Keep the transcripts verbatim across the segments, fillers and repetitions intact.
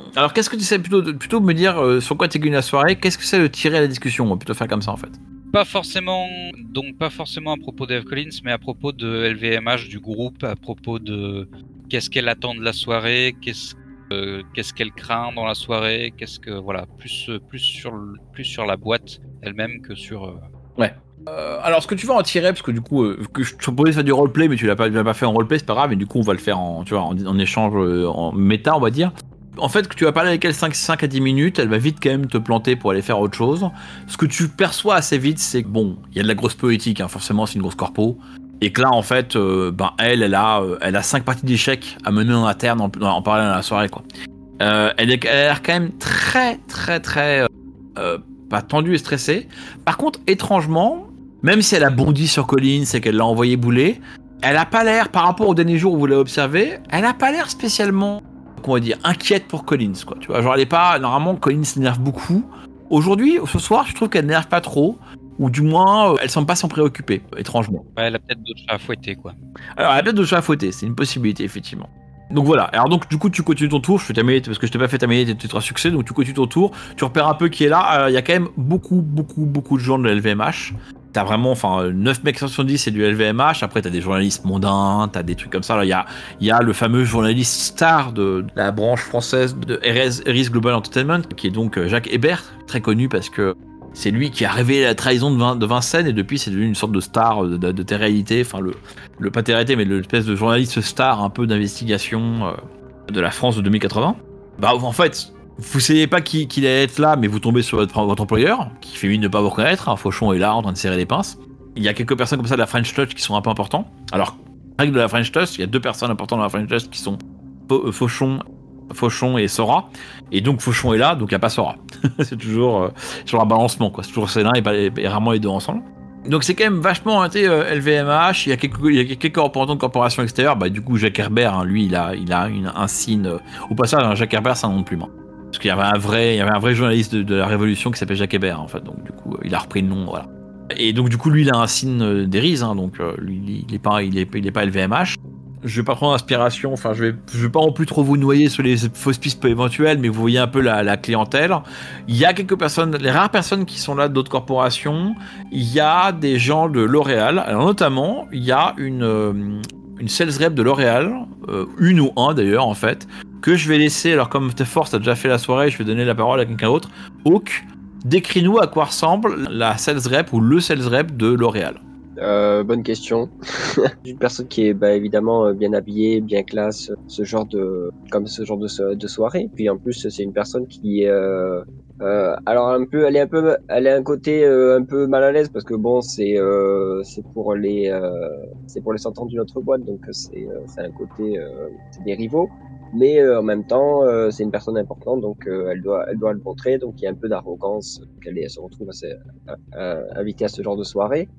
alors qu'est-ce que tu sais plutôt, plutôt me dire euh, sur quoi t'es gagné la soirée, qu'est-ce que c'est de tirer la discussion, on va plutôt faire comme ça en fait. Pas forcément, donc pas forcément à propos d'Eve Collins, mais à propos de L V M H, du groupe, à propos de qu'est-ce qu'elle attend de la soirée, qu'est-ce, euh, qu'est-ce qu'elle craint dans la soirée, qu'est-ce que voilà, plus plus sur le, plus sur la boîte elle-même que sur. Euh... Ouais. Euh, alors ce que tu vas en tirer, parce que du coup, euh, que je te proposais de faire du roleplay, mais tu l'as pas, tu l'as pas fait en roleplay, c'est pas grave, mais du coup on va le faire en, tu vois, en, en échange, euh, en méta, on va dire. En fait, que tu vas parler avec elle cinq à dix minutes, elle va vite quand même te planter pour aller faire autre chose. Ce que tu perçois assez vite, c'est que bon, il y a de la grosse politique, hein, forcément c'est une grosse corpo, et que là en fait, euh, ben elle, elle a, euh, elle a cinq parties d'échecs à mener en interne en, en parallèle à la soirée quoi. Euh, elle, est, elle a l'air quand même très très très euh, euh, pas tendue et stressée. Par contre, étrangement, même si elle a bondi sur Collins et qu'elle l'a envoyé bouler, elle a pas l'air, par rapport au dernier jour où vous l'avez observé, elle a pas l'air spécialement, comment on va dire, inquiète pour Collins, quoi. Tu vois, genre elle est pas, normalement Collins s'énerve beaucoup. Aujourd'hui, ce soir, je trouve qu'elle n'énerve pas trop, ou du moins, euh, elle semble pas s'en préoccuper, étrangement. Ouais, elle a peut-être d'autres chats à fouetter, quoi. Alors, elle a peut-être d'autres chats à fouetter, c'est une possibilité, effectivement. Donc voilà, alors donc du coup tu continues ton tour, je fais ta mêlée parce que je t'ai pas fait ta mêlée, t'es trois succès, donc tu continues ton tour, tu repères un peu qui est là, il euh, y a quand même beaucoup beaucoup beaucoup de gens de L V M H, t'as vraiment, enfin neuf mecs sur dix c'est du L V M H, après t'as des journalistes mondains, t'as des trucs comme ça, il y a, y a le fameux journaliste star de, de la branche française de Eris Global Entertainment, qui est donc Jacques Hébert, très connu parce que c'est lui qui a révélé la trahison de, Vin, de Vincennes et depuis c'est devenu une sorte de star de, de, de télé-réalité, enfin le, le pas télé-réalité mais l'espèce de journaliste star un peu d'investigation euh, de la France de deux mille quatre-vingts. Bah en fait, vous savez pas qui, qui allait être là, mais vous tombez sur votre, votre employeur qui fait mine de ne pas vous reconnaître. Un Fauchon est là en train de serrer les pinces. Il y a quelques personnes comme ça de la French Touch qui sont un peu importants. Alors, règle de la French Touch, il y a deux personnes importantes dans la French Touch qui sont Fauchon. Fauchon et Sora, et donc Fauchon est là, donc il n'y a pas Sora. C'est toujours euh, sur un balancement, quoi. C'est toujours c'est l'un et, pas, et, et rarement les deux ensemble. Donc c'est quand même vachement orienté euh, L V M H. Il y a quelques, il y a quelques représentants de corporations extérieures. Bah du coup Jacques Herbert, hein, lui, il a, il a une, un signe. Euh, au passage, hein, Jacques Herbert, c'est un nom de plume. Hein. Parce qu'il y avait un vrai, il y avait un vrai journaliste de, de la Révolution qui s'appelait Jacques Herbert, en fait. Donc du coup, euh, il a repris le nom, voilà. Et donc du coup, lui, il a un signe euh, d'Eris, hein, donc euh, lui, il est pas, il est, il est pas L V M H. Je vais pas prendre d'inspiration, enfin je vais, je vais pas en plus trop vous noyer sur les fausses pistes éventuelles, mais vous voyez un peu la, la clientèle. Il y a quelques personnes, les rares personnes qui sont là d'autres corporations, il y a des gens de L'Oréal, alors notamment il y a une, euh, une sales rep de L'Oréal, euh, une ou un d'ailleurs en fait, que je vais laisser, alors comme t'es fort, t'as déjà fait la soirée, je vais donner la parole à quelqu'un d'autre. Hawk, décris-nous à quoi ressemble la sales rep ou le sales rep de L'Oréal. Euh, bonne question. Une personne qui est bah, évidemment bien habillée, bien classe, ce genre de comme ce genre de, de soirée. Puis en plus c'est une personne qui est euh, euh, alors un peu, elle est un peu, elle a un côté euh, un peu mal à l'aise parce que bon c'est euh, c'est pour les euh, c'est pour les centaines d'une autre boîte donc c'est euh, c'est un côté euh, c'est des rivaux. Mais euh, en même temps, euh, c'est une personne importante, donc euh, elle doit, elle doit le montrer. Donc il y a un peu d'arrogance qu'elle est, se retrouve assez, euh, euh, invitée à ce genre de soirée.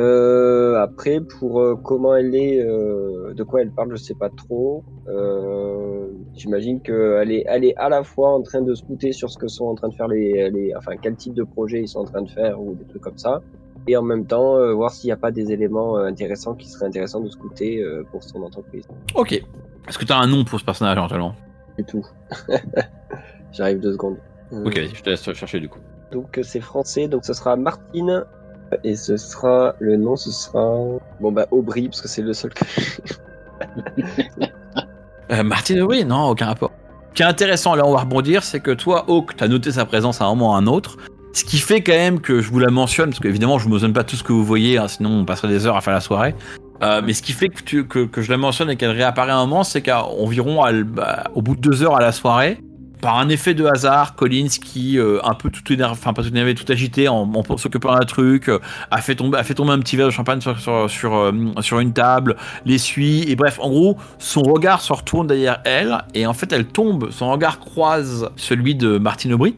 Euh, après, pour euh, comment elle est, euh, de quoi elle parle, je sais pas trop. Euh, j'imagine qu'elle est, elle est à la fois en train de scouter sur ce que sont en train de faire les, les, enfin quel type de projet ils sont en train de faire ou des trucs comme ça, et en même temps euh, voir s'il n'y a pas des éléments euh, intéressants qui seraient intéressants de scouter euh, pour son entreprise. Ok. Est-ce que tu as un nom pour ce personnage éventuellement ? Du tout. J'arrive deux secondes. Ok, vas-y, je te laisse chercher du coup. Donc c'est français, donc ce sera Martine. Et ce sera, le nom ce sera, bon bah Aubry, parce que c'est le seul que euh, Martine Aubry, non, aucun rapport. Ce qui est intéressant, là on va rebondir, c'est que toi, Hawk, t'as noté sa présence à un moment ou à un autre, ce qui fait quand même que je vous la mentionne, parce qu'évidemment je vous mentionne pas tout ce que vous voyez, hein, sinon on passerait des heures à faire la soirée, euh, mais ce qui fait que, tu, que, que je la mentionne et qu'elle réapparaît à un moment, c'est qu'environ bah, au bout de deux heures à la soirée, par un effet de hasard, Collins qui, euh, un peu tout énervé, enfin pas tout énervé, tout agité, en, en s'occupant d'un truc, euh, a, fait tomber, a fait tomber un petit verre de champagne sur, sur, sur, euh, sur une table, l'essuie, et bref, en gros, son regard se retourne derrière elle, et en fait elle tombe, son regard croise celui de Martine Aubry.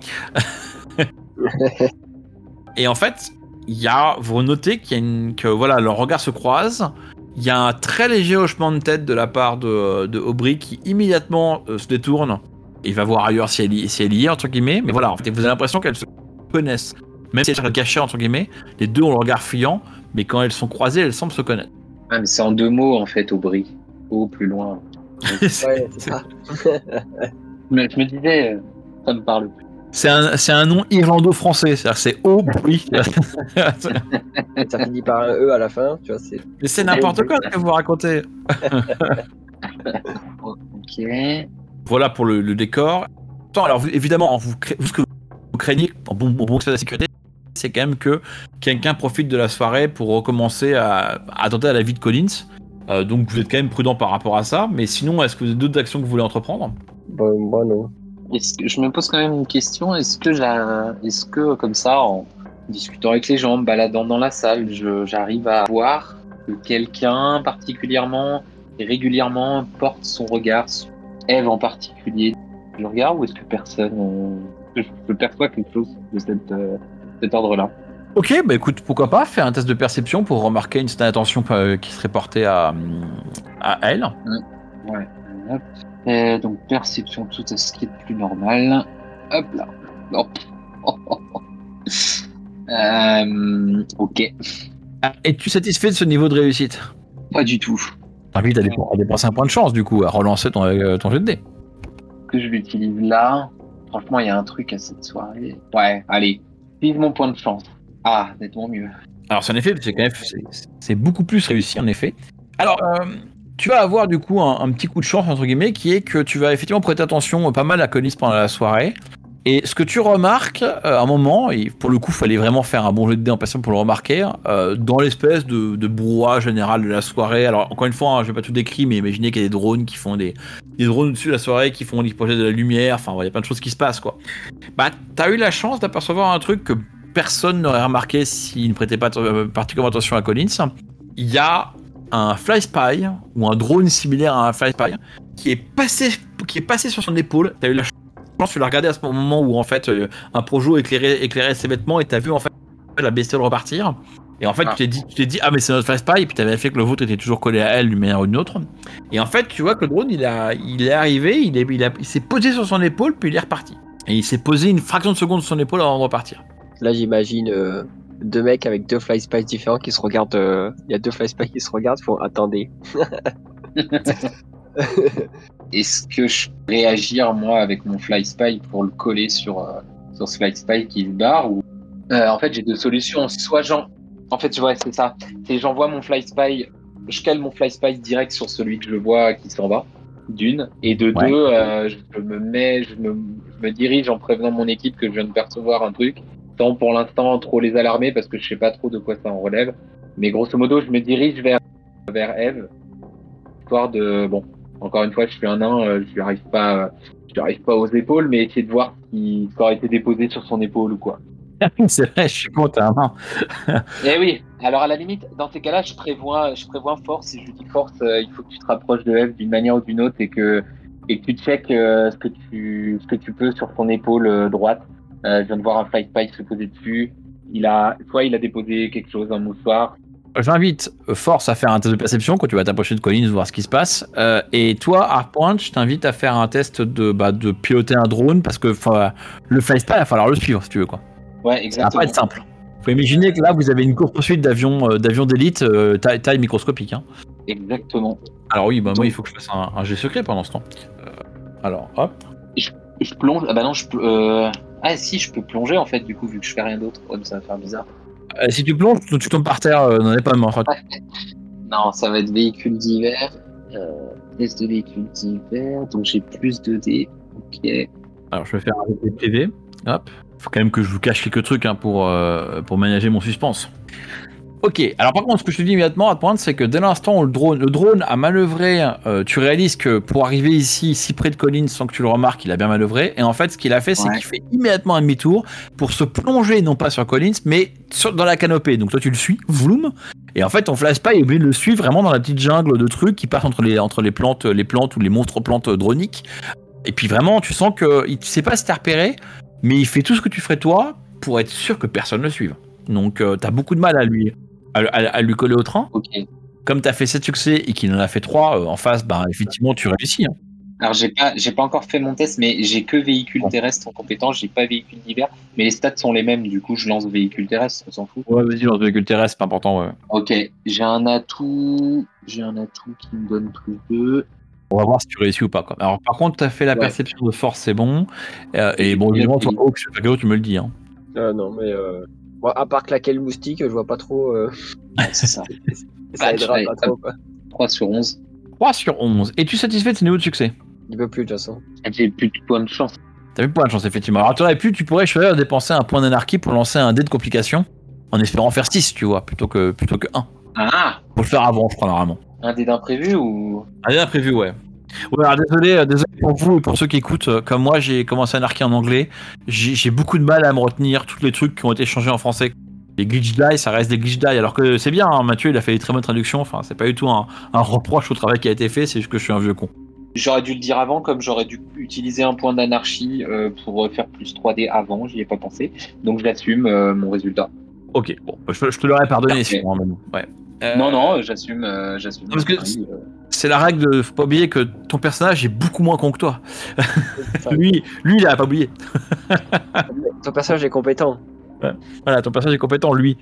Et en fait, il y a, vous notez qu'il y a une, que voilà, leur regard se croise. Il y a un très léger hochement de tête de la part de, de Aubry qui immédiatement euh, se détourne. Il va voir ailleurs si elle, y, si elle y est, entre guillemets. Mais voilà, en fait, vous avez l'impression qu'elles se connaissent. Même si elles sont cachées, entre guillemets, les deux ont le regard fuyant. Mais quand elles sont croisées, elles semblent se connaître. Ah, mais c'est en deux mots, en fait, Aubry. Au plus loin. ouais, c'est ça. je me, je me disais, euh, ça me parle plus. C'est un, c'est un nom irlando-français, c'est-à-dire que c'est au bruit. Ça finit par un E à la fin, tu vois. C'est... Mais c'est n'importe quoi ce que vous racontez. Ok. Voilà pour le, le décor. Attends, alors vous- évidemment, vous, cra- vous, ce que vous craignez en bon, bon, bon de la sécurité, c'est quand même que quelqu'un profite de la soirée pour recommencer à, à attenter à la vie de Collins. Euh, donc vous êtes quand même prudent par rapport à ça. Mais sinon, est-ce que vous avez d'autres actions que vous voulez entreprendre? Bon, moi, non. Est-ce que, je me pose quand même une question. Est-ce que, j'a- est-ce que comme ça, en discutant avec les gens, en me baladant dans la salle, je- j'arrive à voir que quelqu'un particulièrement et régulièrement porte son regard sur Eve en particulier. Je regarde ou est-ce que personne, euh, je, je perçois quelque chose de cette, euh, cet ordre-là? Ok, bah écoute, pourquoi pas faire un test de perception pour remarquer une certaine attention euh, qui serait portée à, à elle. Ouais. Hop. Euh, donc perception, tout à ce qui est de plus normal. Hop là. Hop. Euh, ok. Ah, es-tu satisfait de ce niveau de réussite? Pas du tout. T'invites à, dépen- à dépenser un point de chance du coup, à relancer ton, euh, ton jet de dés. Que je l'utilise là. Franchement, il y a un truc à cette soirée. Ouais, allez. Vive mon point de chance. Ah, nettement mieux. Alors c'est en effet, c'est quand même c'est, c'est beaucoup plus réussi en effet. Alors euh, tu vas avoir du coup un, un petit coup de chance entre guillemets qui est que tu vas effectivement prêter attention euh, pas mal à Collins pendant la soirée. Et ce que tu remarques euh, à un moment, et pour le coup, il fallait vraiment faire un bon jet de dés en patient pour le remarquer, euh, dans l'espèce de, de brouhaha général de la soirée. Alors encore une fois, hein, je vais pas tout décrire, mais imaginez qu'il y a des drones qui font des, des drones au-dessus de la soirée, qui font des projets de la lumière. Enfin, il y a plein de choses qui se passent quoi. Bah, t'as eu la chance d'apercevoir un truc que personne n'aurait remarqué s'il ne prêtait pas euh, particulièrement attention à Collins. Il y a un fly spy ou un drone similaire à un fly spy qui est passé, qui est passé sur son épaule. T'as eu la chance, tu l'as regardé à ce moment où en fait euh, un projo éclairait, éclairait ses vêtements et t'as vu en fait la bestiole repartir. Et en fait, Ah. tu t'es dit, tu t'es dit, ah mais c'est notre fly spy, et puis t'avais fait que le vôtre était toujours collé à elle d'une manière ou d'une autre. Et en fait, tu vois que le drone, il a, il est arrivé, il est, il a, il s'est posé sur son épaule, puis il est reparti. Et il s'est posé une fraction de seconde sur son épaule avant de repartir. Là, j'imagine euh, deux mecs avec deux fly spies différents qui se regardent. euh, Il y a deux fly spies qui se regardent, font attendez. Est-ce que je peux réagir, moi, avec mon Fly Spy pour le coller sur, euh, sur ce Fly Spy qui se barre ou... Euh, En fait, j'ai deux solutions. Soit j'en... En fait, ouais, c'est ça. C'est j'envoie mon Fly Spy, je cale mon Fly Spy direct sur celui que je vois qui s'en va, d'une. Et de Ouais. deux, euh, je me mets, je me, je me dirige en prévenant mon équipe que je viens de percevoir un truc, sans pour l'instant trop les alarmer parce que je sais pas trop de quoi ça en relève. Mais grosso modo, je me dirige vers, vers Eve, histoire de... Bon, encore une fois, je suis un nain, euh, je lui arrive pas, euh, je lui arrive pas aux épaules, mais essayer de voir si ça aurait été déposé sur son épaule ou quoi. C'est vrai, je suis content. Hein. Eh oui, alors à la limite, dans ces cas-là, je prévois, je prévois force, et je lui dis force, euh, il faut que tu te rapproches de Eve d'une manière ou d'une autre et que, et que tu checkes euh, ce, que tu, ce que tu peux sur son épaule euh, droite. Euh, je viens de voir un fly spy se poser dessus. Il a, soit il a déposé quelque chose, un mouchoir. J'invite Force à faire un test de perception quand tu vas t'approcher de Collins, voir ce qui se passe. Euh, et toi, Hardpoint, je t'invite à faire un test de, bah, de piloter un drone parce que le fly spy, il va falloir le suivre si tu veux. Quoi. Ouais, Ça va exactement. pas être simple. Faut imaginer que là, vous avez une course-poursuite d'avions euh, d'avions d'élite euh, taille, taille microscopique. Hein. Exactement. Alors oui, bah, Donc- moi, il faut que je fasse un, un jet secret pendant ce temps. Euh, alors, hop. Je plonge. Ah bah non, je peux. Euh... Ah si, je peux plonger en fait, du coup, vu que je fais rien d'autre. Ouais, mais ça va faire bizarre. Euh, si tu plonges, tu, tu tombes par terre euh, dans les pommes. Enfin, Non, ça va être véhicule d'hiver. Euh, test de véhicule d'hiver. Donc j'ai plus de dés. Ok. alors, je vais faire un jet P V. Hop. Faut quand même que je vous cache quelques trucs hein, pour, euh, pour ménager mon suspense. Ok, alors par contre, ce que je te dis immédiatement à te pointe, c'est que dès l'instant où le drone, le drone a manœuvré, euh, tu réalises que pour arriver ici, si près de Collins, sans que tu le remarques, il a bien manœuvré. Et en fait, ce qu'il a fait, c'est Ouais. qu'il fait immédiatement un demi-tour pour se plonger, non pas sur Collins, mais sur, dans la canopée. Donc toi, tu le suis, vroom. Et en fait, ton flash spy est obligé de le suivre vraiment dans la petite jungle de trucs qui passent entre les, entre les plantes, les plantes ou les monstres plantes droniques. Et puis vraiment, tu sens que il ne sait pas si t'as repéré, mais il fait tout ce que tu ferais toi pour être sûr que personne ne le suive. Donc euh, t'as beaucoup de mal à lui, à, à- à lui coller au train. Ok. Comme t'as fait sept succès et qu'il en a fait trois euh, en face, bah effectivement tu réussis. Hein. Alors j'ai pas, j'ai pas encore fait mon test, mais j'ai que véhicule Bon. terrestre en compétence. J'ai pas véhicule d'hiver, mais les stats sont les mêmes. Du coup, je lance véhicule terrestre. On s'en fout. Ouais, vas-y, dans le véhicule terrestre, c'est pas important. Ouais. Ok. J'ai un atout. J'ai un atout qui me donne plus deux. On va voir si tu réussis ou pas. Quoi. Alors, par contre, tu as fait la Ouais. perception de force, c'est bon. Euh, et Et bon, puis, évidemment, puis- toi, Hawk, je sais pas que tu me le dis. Hein. Euh, non, mais euh... bon, à part claquer le moustique, je vois pas trop. Euh... Ouais, c'est ça. ça Ah, aidera tu- pas ouais, trop, quoi. trois sur onze. trois sur onze. Es-tu satisfait de ce niveau de succès? Il peut plus, de toute façon. J'ai plus de points de chance. T'as plus point de chance, effectivement. Alors, tu aurais pu, tu pourrais choisir de dépenser un point d'anarchie pour lancer un dé de complication, en espérant faire six, tu vois, plutôt que, plutôt que un. Ah, Faut le faire avant, je crois, normalement. un dé d'imprévu ou Un dé imprévu, ouais. Ouais, alors désolé, euh, désolé pour vous et pour ceux qui écoutent. euh, Comme moi, j'ai commencé à anarchie en anglais. J'ai j'ai beaucoup de mal à me retenir tous les trucs qui ont été changés en français. Les glitch die, ça reste des glitch die. Alors que c'est bien, hein, Mathieu, il a fait des très bonnes traductions. Enfin, c'est pas du tout un, un reproche au travail qui a été fait, c'est juste que je suis un vieux con. J'aurais dû le dire avant, comme j'aurais dû utiliser un point d'anarchie euh, pour faire plus trois D avant, j'y ai pas pensé. Donc je l'assume, euh, mon résultat. Ok, bon, je, je te l'aurais pardonné Parfait. sinon, hein, mais bon, ouais. Euh, Non, non, euh, j'assume. Euh, j'assume parce que Oui, euh. c'est la règle de. Faut pas oublier que ton personnage est beaucoup moins con que toi. Enfin, Lui, lui, il a pas oublié. ton personnage est compétent. Voilà, ton personnage est compétent, lui.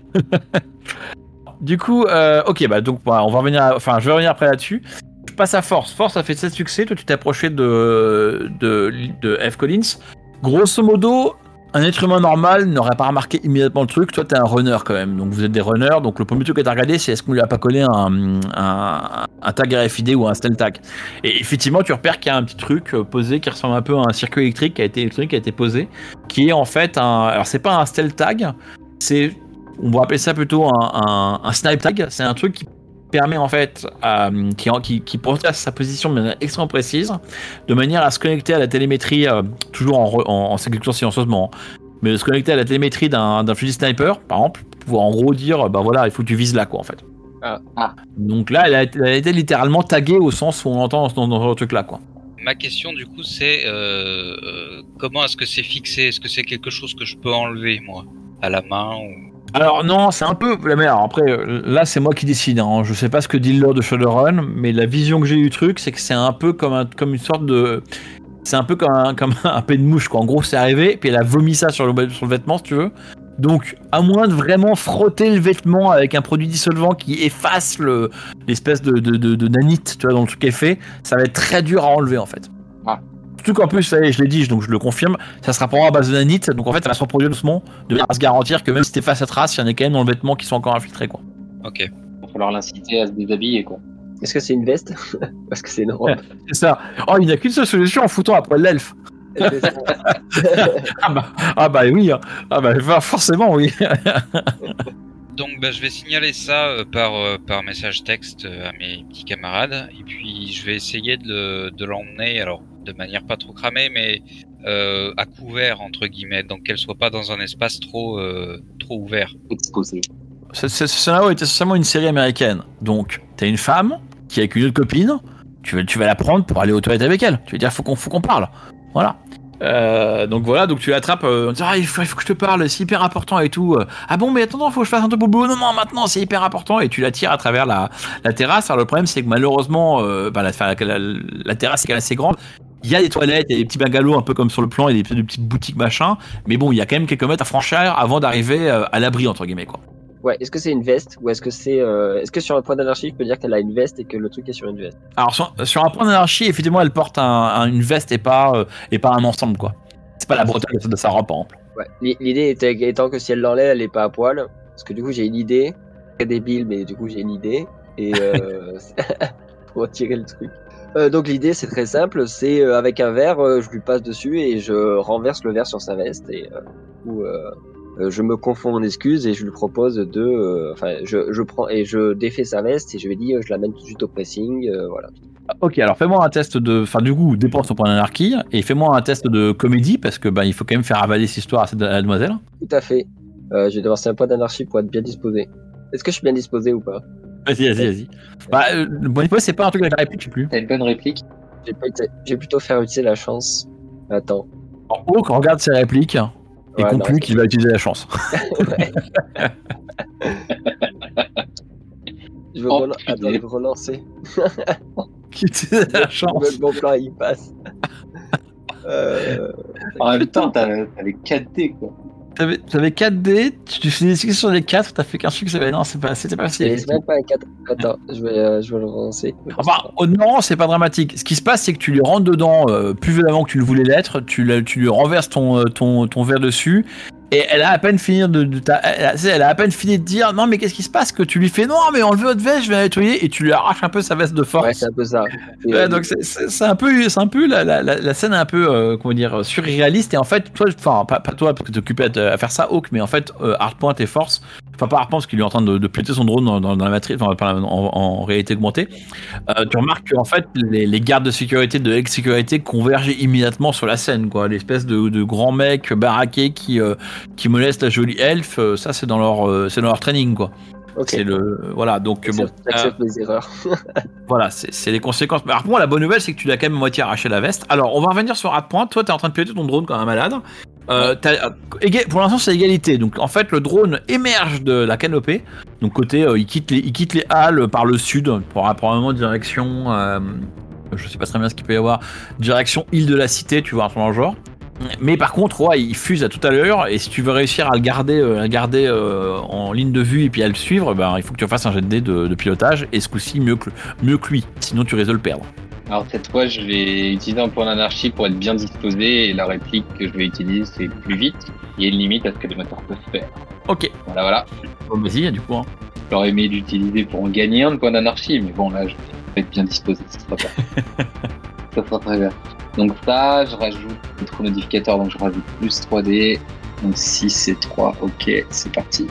Du coup, euh, ok, bah donc bah, on va revenir, à- enfin, je vais revenir après là-dessus. Je passe à Force. Force a fait sept succès. Toi, tu t'es approché de, de, de F. Collins. Grosso modo, un être humain normal n'aurait pas remarqué immédiatement le truc. Toi, t'es un runner quand même. Donc, vous êtes des runners. Donc, le premier truc que t'as regardé, c'est est-ce qu'on lui a pas collé un, un, un tag R F I D ou un stealth tag. Et effectivement, tu repères qu'il y a un petit truc euh, posé qui ressemble un peu à un circuit électrique qui a été, électrique qui a été posé, qui est en fait un. Alors, c'est pas un stealth tag. C'est, on va appeler ça plutôt un, un, un snipe tag. C'est un truc qui permet en fait, euh, qui, qui, qui protège sa position de manière extrêmement précise, de manière à se connecter à la télémétrie, euh, toujours en, re, en, en s'exécutant silencieusement, mais de se connecter à la télémétrie d'un, d'un fusil sniper, par exemple, pour pouvoir en gros dire, bah voilà, il faut que tu vises là, quoi, en fait. Ah. Ah. Donc là, elle a, elle a été littéralement taguée au sens où on entend dans, dans, dans ce truc-là, quoi. Ma question du coup c'est euh, euh, comment est-ce que c'est fixé? Est-ce que c'est quelque chose que je peux enlever moi à la main ou... Alors non, c'est un peu la mer. Après, là, c'est moi qui décide. Hein. Je sais pas ce que dit le lore de Shadowrun, mais la vision que j'ai du truc, c'est que c'est un peu comme, un, comme une sorte de... C'est un peu comme un, comme un pet de mouche, quoi. En gros, c'est arrivé, puis elle a vomi ça sur le, sur le vêtement, si tu veux. Donc, à moins de vraiment frotter le vêtement avec un produit dissolvant qui efface le, l'espèce de, de, de, de nanite, tu vois, dans le truc qui est fait, ça va être très dur à enlever, en fait. Ah. Surtout qu'en plus, ça y est, je l'ai dit, donc je le confirme, ça sera pas à base de nanite, donc en fait, ça va se reproduire doucement, de manière à se garantir que même si t'effaces cette trace, il y en a quand même dans le vêtement qui sont encore infiltrés, quoi. Ok. Il va falloir l'inciter à se déshabiller, quoi. Est-ce que c'est une veste? Parce que c'est une robe. C'est ça. Oh, il n'y a qu'une seule solution en foutant après l'elfe. ah, bah, ah bah oui, hein. Ah bah forcément oui. Donc bah, je vais signaler ça euh, par, euh, par message texte euh, à mes petits camarades et puis je vais essayer de, le, de l'emmener, alors de manière pas trop cramée, mais euh, à couvert entre guillemets, donc qu'elle soit pas dans un espace trop, euh, trop ouvert. Exposé. Ce, ce, ce scénario est essentiellement une série américaine. Donc t'as une femme qui est avec une autre copine, tu vas, tu vas la prendre pour aller aux toilettes avec elle. Tu vas dire faut qu'on, faut qu'on parle. Voilà. Euh, donc voilà, donc tu l'attrapes euh, en disant ah, il, faut, il faut que je te parle, c'est hyper important et tout. Ah bon, mais attends, faut que je fasse un truc pour le boulot. Non, non, maintenant c'est hyper important. Et tu la tires à travers la, la terrasse. Alors le problème, c'est que malheureusement, euh, bah, la, la, la, la terrasse est assez grande. Il y a des toilettes, il y a des petits bungalows un peu comme sur le plan, et des, des petites boutiques machin. Mais bon, il y a quand même quelques mètres à franchir avant d'arriver euh, à l'abri, entre guillemets, quoi. Ouais, est-ce que c'est une veste ou est-ce que c'est euh, est-ce que sur un point d'anarchie, je peux dire qu'elle a une veste et que le truc est sur une veste? Alors sur, sur un point d'anarchie, effectivement, elle porte un, un, une veste et pas euh, et pas un ensemble, quoi. C'est pas la bretelle de sa robe, par exemple. Ouais. L'idée était, étant que si elle l'enlève, elle est pas à poil. Parce que du coup, j'ai une idée. Très débile, mais du coup, j'ai une idée. Et euh, pour retirer le truc. Euh, donc l'idée, c'est très simple. C'est euh, avec un verre, euh, je lui passe dessus et je renverse le verre sur sa veste. Et euh, ou euh, je me confonds en excuses et je lui propose de, euh, enfin, je, je prends et je défais sa veste et je lui dis, euh, je l'amène tout de suite au pressing, euh, voilà. Ok, alors fais-moi un test de, enfin du coup, dépense ton point d'anarchie et fais-moi un test de comédie parce que bah il faut quand même faire avaler cette histoire à cette à la demoiselle. Tout à fait. Euh, je vais devoir faire un point d'anarchie pour être bien disposé. Est-ce que je suis bien disposé ou pas? Vas-y, vas-y, vas-y. Bah, euh, le bon c'est pas un truc avec la réplique, je sais plus. T'as une bonne réplique? J'ai pas été... j'ai plutôt faire utiliser la chance. Attends. En haut, quand on regarde ses répliques et Ouais, conclut non, qu'il va utiliser la chance. Ouais. Je veux Oh, rela- putain. Attends, je vais relancer. Qu'il utilise la chance. Le bon plan, il passe. euh... En même temps, t'as- t'avais quatre dés, quoi. t'avais, t'avais quatre dés, tu fais des succès sur les quatre, t'as fait qu'un succès. Non, c'est pas, c'était pas si. C'est même pas un quatre. Attends, je vais, euh, je vais le relancer. Enfin, oh non, c'est pas dramatique. Ce qui se passe, c'est que tu lui rentres dedans euh, plus violemment que tu le voulais l'être, tu, la- tu lui renverses ton, euh, ton, ton verre dessus, et elle a à peine fini de, de ta- elle, a, tu sais, elle a à peine fini de dire non mais qu'est-ce qui se passe, que tu lui fais non mais enlevez votre veste, je vais la nettoyer, et tu lui arraches un peu sa veste de force. Ouais, c'est un peu ça. Et, Ouais, euh, donc c'est, c'est, c'est un peu, c'est un peu la, la, la, la scène est un peu euh, comment dire surréaliste, et en fait toi, enfin pas, pas toi parce que t'es occupé à, te- à faire ça, Hawk, mais en fait euh, Hardpoint et Force, enfin pas Hardpoint parce qu'il est en train de, de péter son drone dans, dans, dans la matrice, enfin pas en, en réalité augmentée. Euh, tu remarques qu'en fait les, les gardes de sécurité de l'ex-sécurité convergent immédiatement sur la scène, quoi, l'espèce de, de grands mecs baraqués qui euh, qui molestent la jolie elfe, euh, ça c'est dans leur euh, c'est dans leur training, quoi. ok. C'est le voilà, donc bon. J'accepte mes erreurs. Voilà, c'est, c'est les conséquences. Alors pour moi, la bonne nouvelle, c'est que tu l'as quand même à moitié arraché la veste. Alors, on va revenir sur Hardpoint. Toi, t'es en train de piloter ton drone comme un malade. Euh, t'as- éga- pour l'instant, c'est égalité. Donc, en fait, le drone émerge de la canopée. Donc, côté, euh, il, quitte les, il quitte les halles par le sud, pour probablement direction. Euh, je sais pas très bien ce qu'il peut y avoir. Direction île de la Cité, tu vois, un truc dans le genre. Mais par contre, ouais, il fuse à toute allure, et si tu veux réussir à le garder, euh, à le garder euh, en ligne de vue et puis à le suivre, ben, il faut que tu fasses un jet de dés de, de pilotage, et ce coup-ci mieux que, mieux que lui, sinon tu risques de le perdre. Alors cette fois, je vais utiliser un point d'anarchie pour être bien disposé et la réplique que je vais utiliser, c'est plus vite. Il y a une limite à ce que les moteurs peuvent faire. Ok, Voilà, voilà. bon, vas-y, du coup. Hein. J'aurais aimé l'utiliser pour en gagner un de point d'anarchie, mais bon, là, je vais être bien disposé, ça sera pas. Ça sera très bien. Donc ça, je rajoute notre modificateur, donc je rajoute plus trois D. Donc six et trois, ok, c'est parti.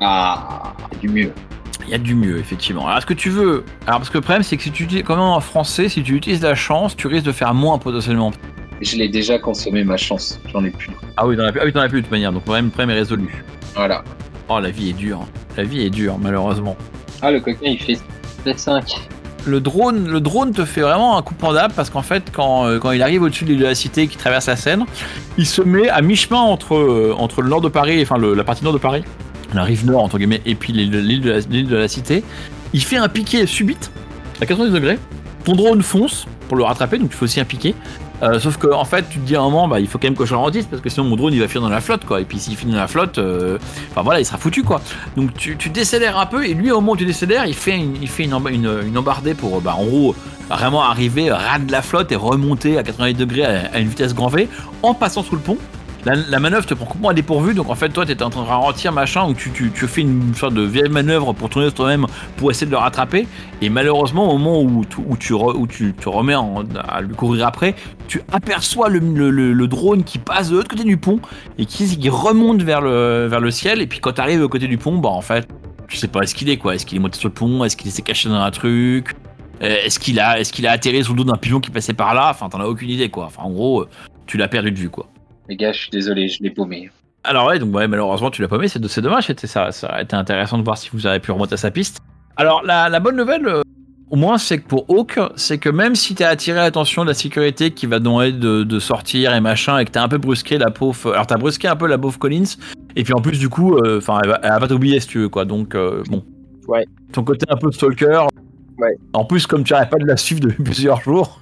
Ah, du mieux. Il y a du mieux, effectivement. Alors, est-ce que tu veux... Alors, parce que le problème, c'est que si tu utilises, comme en français, si tu utilises la chance, tu risques de faire moins potentiellement. Je l'ai déjà consommé, ma chance, j'en ai plus. Ah oui, t'en as plus, ah oui, t'en as plus de toute manière, donc le problème, le problème est résolu. Voilà. Oh, la vie est dure. La vie est dure, malheureusement. Ah, le coquin, il fait cinq. Le drone, le drone te fait vraiment un coup pendable parce qu'en fait, quand, euh, quand il arrive au-dessus de l'île de la Cité qui traverse la Seine, il se met à mi-chemin entre, euh, entre le nord de Paris, enfin le, la partie nord de Paris, la rive nord entre guillemets, et puis l'île de, l'île de, la, l'île de la Cité. Il fait un piqué subite à quatre-vingt-dix degrés. Ton drone fonce pour le rattraper, donc tu fais aussi un piqué. Euh, sauf que en fait, tu te dis à un moment, bah, il faut quand même que je ralentisse parce que sinon mon drone il va finir dans la flotte, quoi. Et puis s'il finit dans la flotte, euh, enfin voilà, il sera foutu, quoi. Donc tu, tu décélères un peu, et lui au moment où tu décélères, il fait une, il fait une, emba- une, une embardée pour, bah, en gros, vraiment arriver ras de la flotte et remonter à quatre-vingt-dix degrés à, à une vitesse grand V en passant sous le pont. La, la manœuvre te prend complètement à dépourvu, donc en fait toi t'es en train de ralentir machin, ou tu, tu, tu fais une sorte de vieille manœuvre pour tourner sur toi-même pour essayer de le rattraper, et malheureusement au moment où, tu- où, tu, re- où tu te remets en- à lui courir après, tu aperçois le, le, le, le drone qui passe de l'autre côté du pont et qui, qui remonte vers le, vers le ciel, et puis quand t'arrives au côté du pont, bah en fait tu sais pas où est-ce qu'il est, quoi. Est-ce qu'il est monté sur le pont, est-ce qu'il s'est caché dans un truc, est-ce qu'il a, est-ce qu'il a atterri sur le dos d'un pigeon qui passait par là, enfin t'en as aucune idée, quoi. Enfin en gros tu l'as perdu de vue, quoi. Les gars, je suis désolé, je l'ai paumé. Alors ouais, donc ouais, malheureusement tu l'as paumé, c'est, c'est dommage, c'était, ça, ça aurait été intéressant de voir si vous avez pu remonter à sa piste. Alors la, la bonne nouvelle, euh, au moins c'est que pour Hawk, c'est que même si t'as attiré l'attention de la sécurité qui va demander de, de sortir et machin, et que t'as un peu brusqué la pauvre, alors t'as brusqué un peu la pauvre Collins, et puis en plus du coup, enfin euh, elle, va, elle va t'oublier si tu veux, quoi, donc euh, bon. Ouais. Ton côté un peu stalker. Ouais. En plus comme tu n'arrêtes pas de la suivre depuis plusieurs jours.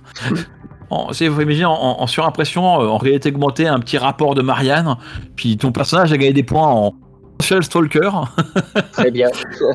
En, c'est, vous imaginez, en, en surimpression, en réalité augmentée, un petit rapport de Marianne, puis ton personnage a gagné des points en potential stalker. Très bien.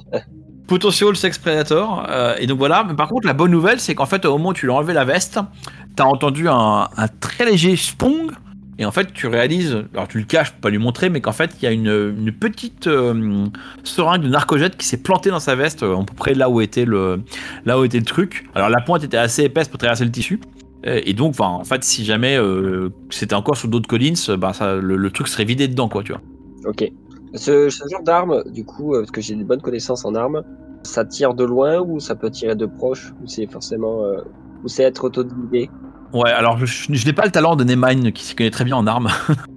Potential sex predator. Euh, et donc voilà, mais par contre, la bonne nouvelle, c'est qu'en fait, au moment où tu lui as enlevé la veste, t'as entendu un, un très léger spong, et en fait, tu réalises, alors tu le caches pour pas lui montrer, mais qu'en fait, il y a une, une petite euh, seringue de narcogète qui s'est plantée dans sa veste, à peu près là où était le, là où était le truc. Alors la pointe était assez épaisse pour traverser le tissu. Et donc, enfin, en fait, si jamais euh, c'était encore sous d'autres Collins, bah, ça, le, le truc serait vidé dedans, quoi, tu vois. Ok. Ce, ce genre d'arme, du coup, euh, parce que j'ai une bonne connaissance en armes, ça tire de loin ou ça peut tirer de proche, ou c'est forcément, euh, ou c'est être autodidacte. Ouais, alors je, je, je n'ai pas le talent de Neymine qui s'y connaît très bien en armes.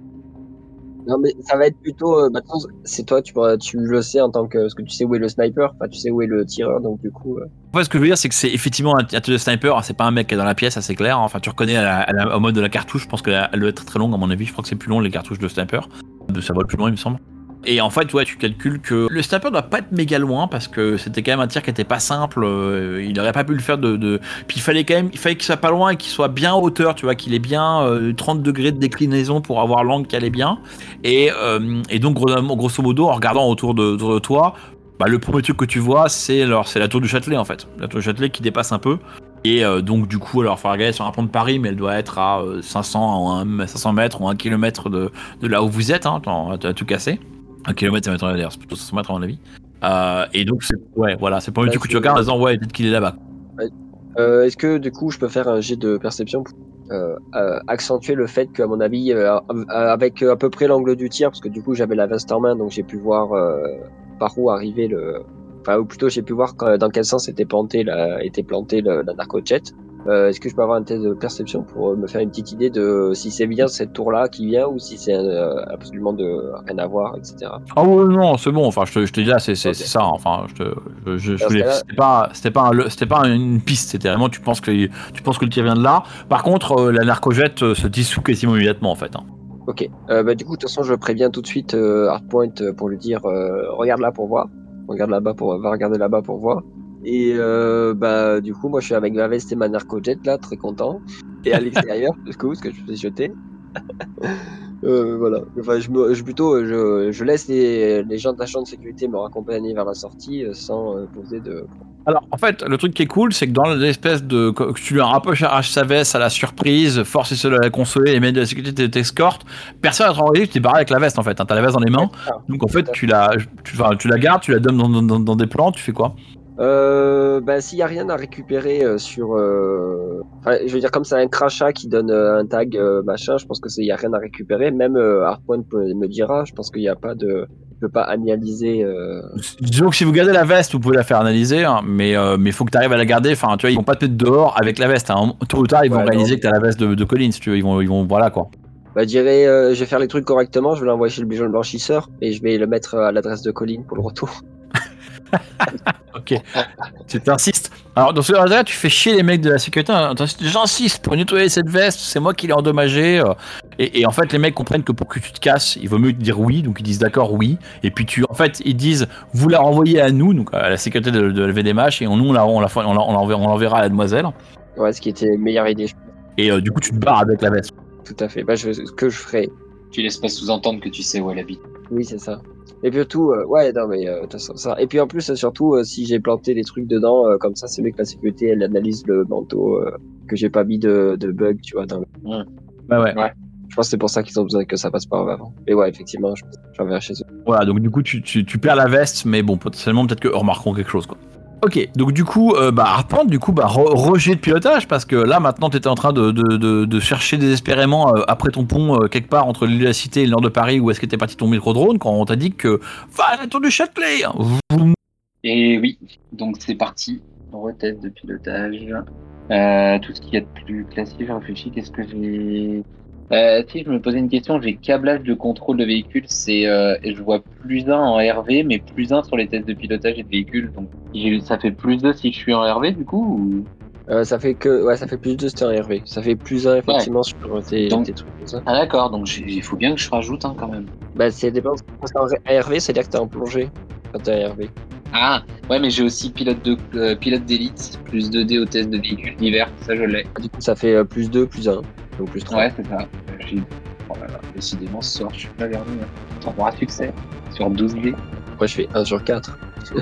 Non, mais ça va être plutôt, euh, maintenant, c'est toi, tu, tu le sais en tant que, parce que tu sais où est le sniper, enfin, tu sais où est le tireur, donc du coup. Euh... En fait, ce que je veux dire, c'est que c'est effectivement un tir de sniper, hein, c'est pas un mec qui est dans la pièce, ça c'est clair. Enfin, tu reconnais à la, à la, au mode de la cartouche, je pense qu'elle doit être très très longue, à mon avis, je crois que c'est plus long les cartouches de sniper. Ça vole plus loin, il me semble. Et en fait, ouais, tu calcules que le sniper doit pas être méga loin parce que c'était quand même un tir qui était pas simple. Euh, il aurait pas pu le faire de, de... Puis il fallait quand même, il fallait qu'il soit pas loin et qu'il soit bien en hauteur, tu vois, qu'il ait bien euh, trente degrés de déclinaison pour avoir l'angle qui allait bien. Et, euh, et donc, grosso modo, en regardant autour de, autour de toi, bah, le premier truc que tu vois, c'est, alors, c'est la tour du Châtelet en fait. La tour du Châtelet qui dépasse un peu. Et euh, donc, du coup, alors, il faut regarder sur un plan de Paris, mais elle doit être à euh, cinq cents, cinq cents mètres ou un kilomètre de, de là où vous êtes, hein, tu as tout cassé. Un kilomètre, ça m'étonnerait d'ailleurs, c'est plutôt cinq cents mètres à mon avis. Euh, et donc, c'est, ouais, voilà, c'est pas du coup tu regardes en disant, ouais, peut-être qu'il est là-bas. Ouais. Euh, est-ce que du coup, je peux faire un jet de perception pour euh, euh, accentuer le fait qu'à mon avis, euh, avec à peu près l'angle du tir, parce que du coup, j'avais la veste en main, donc j'ai pu voir euh, par où arriver le. Enfin, ou plutôt, j'ai pu voir quand, dans quel sens était planté la, était planté le, la narco-jet. Euh, est-ce que je peux avoir un test de perception pour me faire une petite idée de si c'est bien cette tour-là qui vient ou si c'est euh, absolument de rien à voir, et cetera. Ah ouais, non, c'est bon. Enfin, je te, je te dis là, c'est, c'est, okay. c'est ça. Enfin, je te, je, je, je voulais, c'était pas, c'était pas, un, c'était pas une piste. C'était vraiment, tu penses que, tu penses que le tir vient de là. Par contre, euh, la narco-jet se dissout quasiment immédiatement en fait. Hein. Ok. Euh, bah du coup, de toute façon, je préviens tout de suite euh, Hardpoint pour lui dire, euh, regarde là pour voir, regarde là-bas pour, va regarder là-bas pour voir. Et euh, bah du coup moi je suis avec ma veste et ma narco-jet là, très content. Et à l'extérieur du coup, ce que je fais jeter. euh, voilà. Enfin je me, je plutôt je, je laisse les, les gens de la chambre de sécurité me raccompagner vers la sortie euh, sans euh, poser de. Alors en fait le truc qui est cool c'est que dans l'espèce de que tu lui un peu arraches sa veste à la surprise, force et ceux de la consoler, les mecs de la sécurité t'escortent, personne n'a envoyé, tu t'es barré avec la veste en fait, hein, t'as la veste dans les mains. Donc en fait tu la, tu, enfin, tu la gardes, tu la donnes dans, dans, dans des plans, tu fais quoi? Euh, bah, s'il y a rien à récupérer euh, sur, euh... enfin, je veux dire comme c'est un crachat qui donne euh, un tag euh, machin, je pense que c'est il y a rien à récupérer. Même euh, Hardpoint me dira, je pense qu'il n'y a pas de, je peux pas analyser. Euh... Disons que si vous gardez la veste, vous pouvez la faire analyser, hein, mais euh, mais faut que tu arrives à la garder. Enfin, tu vois, ils vont pas te mettre dehors avec la veste. Hein. Tôt ou tard, ils vont ouais, réaliser non. que t'as la veste de, de Collins. Tu vois, ils vont, ils vont, voilà quoi. Bah, je dirais, euh, je vais faire les trucs correctement. Je vais l'envoyer chez le bijoux blanchisseur et je vais le mettre à l'adresse de Collins pour le retour. Ok, tu t'insistes. Alors dans ce cas-là, tu fais chier les mecs de la sécurité. J'insiste pour nettoyer cette veste, c'est moi qui l'ai endommagée. Et, et en fait, les mecs comprennent que pour que tu te casses, il vaut mieux te dire oui. Donc ils disent d'accord, oui. Et puis tu, en fait, ils disent vous la renvoyez à nous, donc à la sécurité de, de L V D M H, et on, nous on la, on la, on la, on l'enverra, on l'enverra à la demoiselle. Ouais, ce qui était une meilleure idée. Je pense. Et euh, du coup, tu te barres avec la veste. Tout à fait. Bah, je, ce que je ferai. Tu laisses pas sous-entendre que tu sais où elle habite. Oui, c'est ça. Et puis surtout, euh, ouais, non, mais euh, ça, ça. Et puis en plus, surtout, euh, si j'ai planté des trucs dedans, euh, comme ça, c'est mieux que la sécurité, elle analyse le manteau, euh, que j'ai pas mis de, de bug, tu vois. Dans le... mmh. Bah ouais. ouais. Je pense que c'est pour ça qu'ils ont besoin que ça passe par avant. Mais ouais, effectivement, je j'enverrai chez eux. Voilà, donc du coup, tu, tu, tu perds la veste, mais bon, potentiellement, peut-être qu'eux remarqueront quelque chose, quoi. Ok, donc du coup, euh, bah, Hardpoint, du coup, bah, re- rejet de pilotage, parce que là, maintenant, t'étais en train de, de, de, de chercher désespérément euh, après ton pont, euh, quelque part entre l'île de la Cité et le nord de Paris, où est-ce que t'es parti ton micro-drone, quand on t'a dit que va à la tour du Châtelet. Et oui, donc c'est parti. Retest de pilotage. Euh, tout ce qu'il y a de plus classique, j'ai réfléchi, qu'est-ce que j'ai... Euh, si je me posais une question, j'ai câblage de contrôle de véhicule, c'est euh, je vois plus un en R V, mais plus un sur les tests de pilotage et de véhicule, donc j'ai, ça fait plus deux si je suis en R V du coup ou... euh, ça fait que ouais, ça fait plus deux si t'es en R V, ça fait plus un effectivement ouais. sur tes, donc, tes trucs comme ça. Ah d'accord, donc il faut bien que je rajoute un quand même. Bah c'est dépend. Quand t'es en R V, c'est-à-dire que t'es en plongée quand t'es en R V. Ah ouais, mais j'ai aussi pilote de euh, pilote d'élite plus deux dés au test de véhicule d'hiver, ça je l'ai. Du coup ça fait euh, plus deux plus un. Donc plus trois. Ouais, c'est ça. J'ai... Oh là là, décidément, ce soir, je suis pas verni. trois succès sur douze dés. Moi, je fais un sur quatre.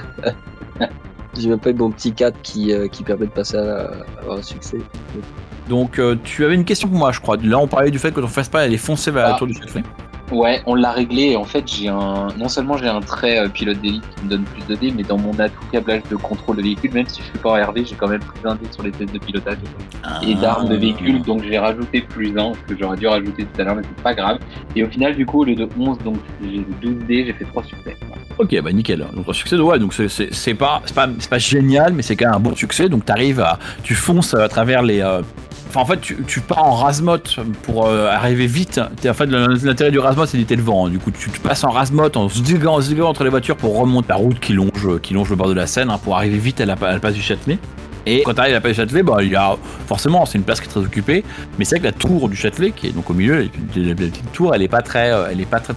J'ai même pas eu mon petit quatre qui, euh, qui permet de passer à, à avoir un succès. Donc, euh, tu avais une question pour moi, je crois. Là, on parlait du fait que ton fast-pass allait foncer vers ah. la tour du Châtelet. Ouais, on l'a réglé et en fait, j'ai un... non seulement j'ai un trait euh, pilote d'élite qui me donne plus de dés, mais dans mon atout câblage de contrôle de véhicule, même si je suis pas en R V, j'ai quand même plus un dé sur les tests de pilotage ah. et d'armes de véhicule, donc j'ai rajouté plus un, ce que j'aurais dû rajouter tout à l'heure, mais c'est pas grave. Et au final, du coup, au lieu de onze, donc j'ai douze dés, j'ai fait trois succès. Voilà. Ok, bah nickel. Donc trois succès, ouais, donc c'est, c'est, c'est, pas, c'est, pas, c'est pas génial, mais c'est quand même un bon succès, donc t'arrives à... Tu fonces à travers les... Euh... Enfin, en fait, tu, tu pars en rasemote pour euh, arriver vite. T'es, en fait, l'intérêt du rasemote, c'est d'éviter le vent. Hein. Du coup, tu, tu passes en rasemote, en se digant, en se digant entre les voitures pour remonter la route qui longe, qui longe le bord de la Seine, hein, pour arriver vite à la, à la place du Châtelet. Et quand tu arrives à la place du Châtelet, bah, il y a forcément, c'est une place qui est très occupée. Mais c'est vrai que la tour du Châtelet, qui est donc au milieu, la, la, la petite tour, elle est pas très, elle est pas très, très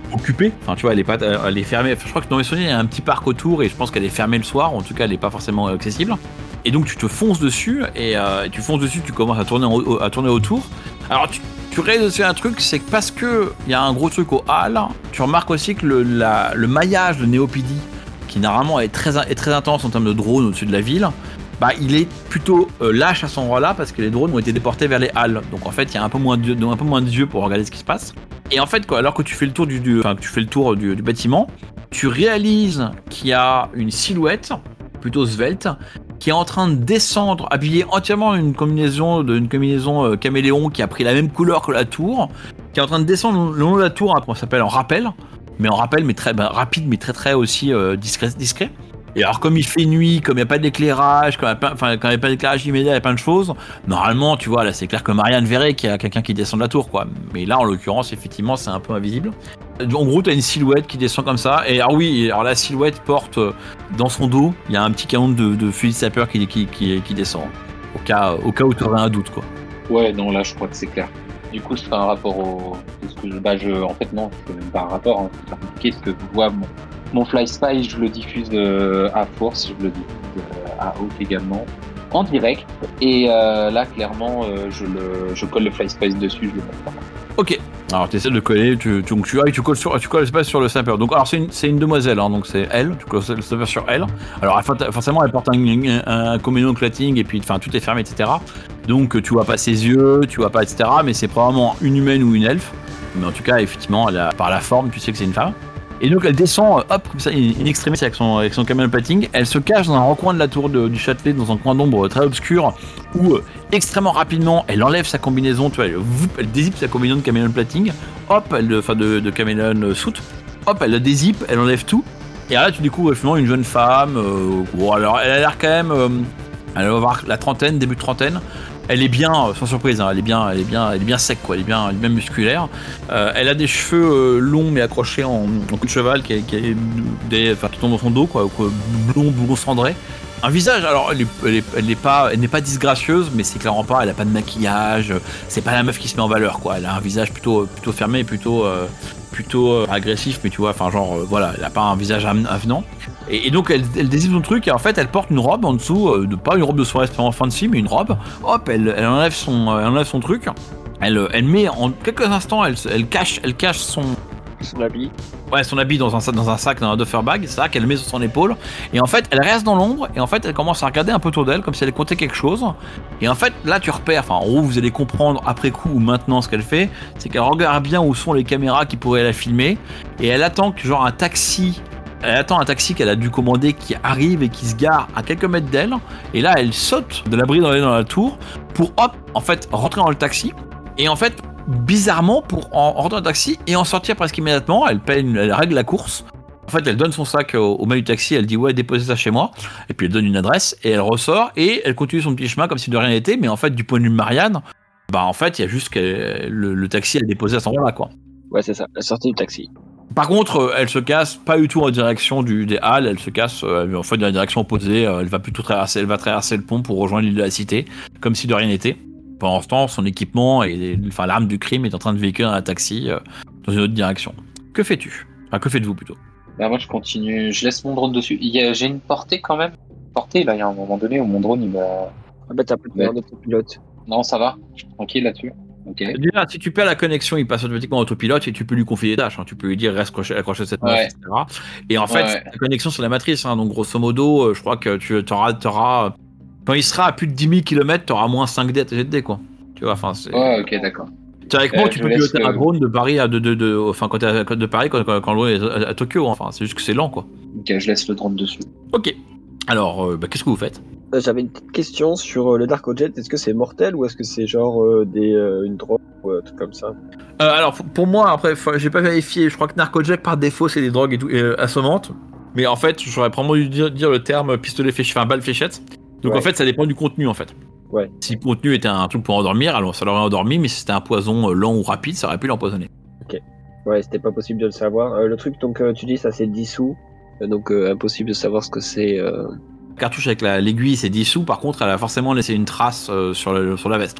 occupée. Enfin, tu vois, elle est pas, elle est fermée. Enfin, je crois que dans mes souvenirs, il y a un petit parc autour et je pense qu'elle est fermée le soir. En tout cas, elle est pas forcément accessible. Et donc, tu te fonces dessus et euh, tu fonces dessus, tu commences à tourner, en, à tourner autour. Alors, tu, tu réalises aussi un truc, c'est que parce que il y a un gros truc au hall, tu remarques aussi que le, la, le maillage de Néopédie, qui normalement est très, est très intense en termes de drones au-dessus de la ville, bah, il est plutôt euh, lâche à son endroit-là parce que les drones ont été déportés vers les halles. Donc en fait, il y a un peu moins de, un peu moins de yeux pour regarder ce qui se passe. Et en fait, quoi, alors que tu fais le tour du, du, enfin, que tu fais le tour du, du bâtiment, tu réalises qu'il y a une silhouette plutôt svelte qui est en train de descendre, habillée entièrement d'une combinaison, d'une combinaison euh, caméléon qui a pris la même couleur que la tour, qui est en train de descendre le long de la tour, hein, qu'on s'appelle en rappel, mais en rappel, mais très bah, rapide, mais très très aussi euh, discret, discret. Et alors comme il fait nuit, comme il n'y a pas d'éclairage, quand il n'y a pas d'éclairage immédiat, il y a plein de choses, normalement, tu vois, là c'est clair que Marianne verrait qu'il y a quelqu'un qui descend de la tour, quoi. Mais là, en l'occurrence, effectivement, c'est un peu invisible. En gros, tu as une silhouette qui descend comme ça, et alors oui, alors la silhouette porte dans son dos, il y a un petit canon de, de fusil de sapeur qui, qui, qui, qui descend, au cas, au cas où tu aurais un doute, quoi. Ouais, non, là je crois que c'est clair. Du coup, ce sera un rapport au... Ce que je... Bah, je... En fait, non, c'est même pas un rapport, hein. C'est compliqué, parce que je vois mon... Mon Fly Spy, je le diffuse euh, à Force, je le diffuse euh, à Haute également, en direct. Et euh, là, clairement, euh, je, le, je colle le Fly Spy dessus, je le montre pas. Ok. Alors, tu essaies de coller, tu, tu, tu, tu, tu colles sur, tu colles le Spy sur le sniper. Donc, alors, c'est une, c'est une demoiselle, hein, donc c'est elle, tu colles le sniper sur elle. Alors, forcément, elle porte un, un, un combinaison de clatting, et puis, enfin, tout est fermé, et cetera. Donc, tu vois pas ses yeux, tu vois pas, et cetera. Mais c'est probablement une humaine ou une elfe. Mais en tout cas, effectivement, elle a, par la forme, tu sais que c'est une femme. Et donc elle descend, hop, comme ça, in extremis avec son, avec son camion plating. Elle se cache dans un recoin de la tour de, du Châtelet, dans un coin d'ombre très obscur, où euh, extrêmement rapidement, elle enlève sa combinaison, tu vois, elle, elle dézippe sa combinaison de camion plating, hop, elle, enfin de, de camion suit, hop, elle la dézippe, elle enlève tout. Et là, tu découvres finalement une jeune femme. Euh, bon, alors elle a l'air quand même, euh, elle va avoir la trentaine, début de trentaine. Elle est bien, sans surprise, hein, elle est bien, elle est bien, elle est bien sec, quoi. Elle est bien, elle est bien musculaire. Euh, elle a des cheveux euh, longs mais accrochés en, en queue de cheval, qui, qui, est des, enfin, qui tombe dans son dos, quoi, quoi blond, blond cendré. Un visage, alors elle est, elle est, elle est pas, elle n'est pas disgracieuse, mais c'est clairement pas, elle a pas de maquillage. C'est pas la meuf qui se met en valeur, quoi. Elle a un visage plutôt, plutôt fermé, plutôt, euh, plutôt euh, agressif, mais tu vois, enfin genre, euh, voilà, elle a pas un visage avenant. Et, et donc elle, elle désigne son truc et en fait elle porte une robe en dessous, euh, de, pas une robe de soirée fancy mais une robe. Hop, elle, elle enlève son, elle enlève son truc. Elle, elle met en quelques instants, elle, elle cache, elle cache son, son habit. Ouais, son habit dans un, dans un sac, dans un duffer bag, c'est ça qu'elle met sur son épaule. Et en fait, elle reste dans l'ombre et en fait, elle commence à regarder un peu autour d'elle comme si elle comptait quelque chose. Et en fait, là, tu repères, enfin, en gros, vous allez comprendre après coup ou maintenant ce qu'elle fait, c'est qu'elle regarde bien où sont les caméras qui pourraient la filmer et elle attend que genre un taxi. Elle attend un taxi qu'elle a dû commander qui arrive et qui se gare à quelques mètres d'elle. Et là, elle saute de l'abri dans la tour pour, hop, en fait, rentrer dans le taxi. Et en fait, bizarrement, pour en rentrer dans le taxi et en sortir presque immédiatement, elle, paye une, elle règle la course. En fait, elle donne son sac au, au mec du taxi, elle dit ouais, déposez ça chez moi. Et puis elle donne une adresse et elle ressort et elle continue son petit chemin comme si de rien n'était. Mais en fait, du point de vue de Marianne, bah en fait, il y a juste que le, le taxi a déposé à cet endroit-là, quoi. Ouais, c'est ça, la sortie du taxi. Par contre, elle se casse pas du tout en direction du, des halles, elle se casse euh, en fait dans la direction opposée, elle va plutôt traverser, elle va traverser le pont pour rejoindre l'île de la Cité, comme si de rien n'était. Pendant ce temps, son équipement et enfin l'arme du crime est en train de véhiculer un taxi euh, dans une autre direction. Que fais-tu? Enfin, que faites-vous plutôt? Bah moi je continue, je laisse mon drone dessus. Il y a, j'ai une portée quand même. Portée là, il y a un moment donné où mon drone il va. Ah bah t'as plus peur de ton pilote. Non, ça va, je suis tranquille là-dessus. Ok. Déjà, si tu perds la connexion, il passe automatiquement en autopilote et tu peux lui confier des tâches. Hein. Tu peux lui dire reste accroché, accroché à cette meuf, Ouais. et cetera. Et en fait, Ouais. la connexion sur la matrice. Hein. Donc grosso modo, je crois que tu auras, t'auras, quand il sera à plus de dix mille kilomètres, tu auras moins cinq D à T G D, quoi. Tu vois, enfin, c'est... Ouais, ok, d'accord. Théoriquement, Euh, tu je peux laisse piloter un le- drone de Paris à de, de, de, enfin, quand t'es à, de Paris quand, quand, quand l'eau est à, à Tokyo. Hein. Enfin, c'est juste que c'est lent, quoi. Ok, je laisse le drone dessus. Ok. Alors, euh, bah, qu'est-ce que vous faites? Euh, J'avais une petite question sur euh, le Dark Jet. Est-ce que c'est mortel ou est-ce que c'est genre euh, des, euh, une drogue ou un truc comme ça? Euh, alors, pour, pour moi, après, faut- j'ai pas vérifié. Je crois que Narcojack, par défaut, c'est des drogues et tout, euh, assommantes. Mais en fait, j'aurais probablement dû dire, dire le terme pistolet fléchette, enfin balle fléchette. Donc Ouais. en fait, ça dépend du contenu, en fait. Ouais. Si le contenu était un truc pour endormir, alors ça l'aurait endormi, mais si c'était un poison euh, lent ou rapide, ça aurait pu l'empoisonner. Ouais, c'était pas possible de le savoir. Euh, le truc, donc euh, tu dis ça c'est dissous, euh, donc euh, impossible de savoir ce que c'est. Euh... La cartouche avec la- l'aiguille, c'est dix sous. Par contre, elle a forcément laissé une trace euh, sur, le- sur la veste, quoi.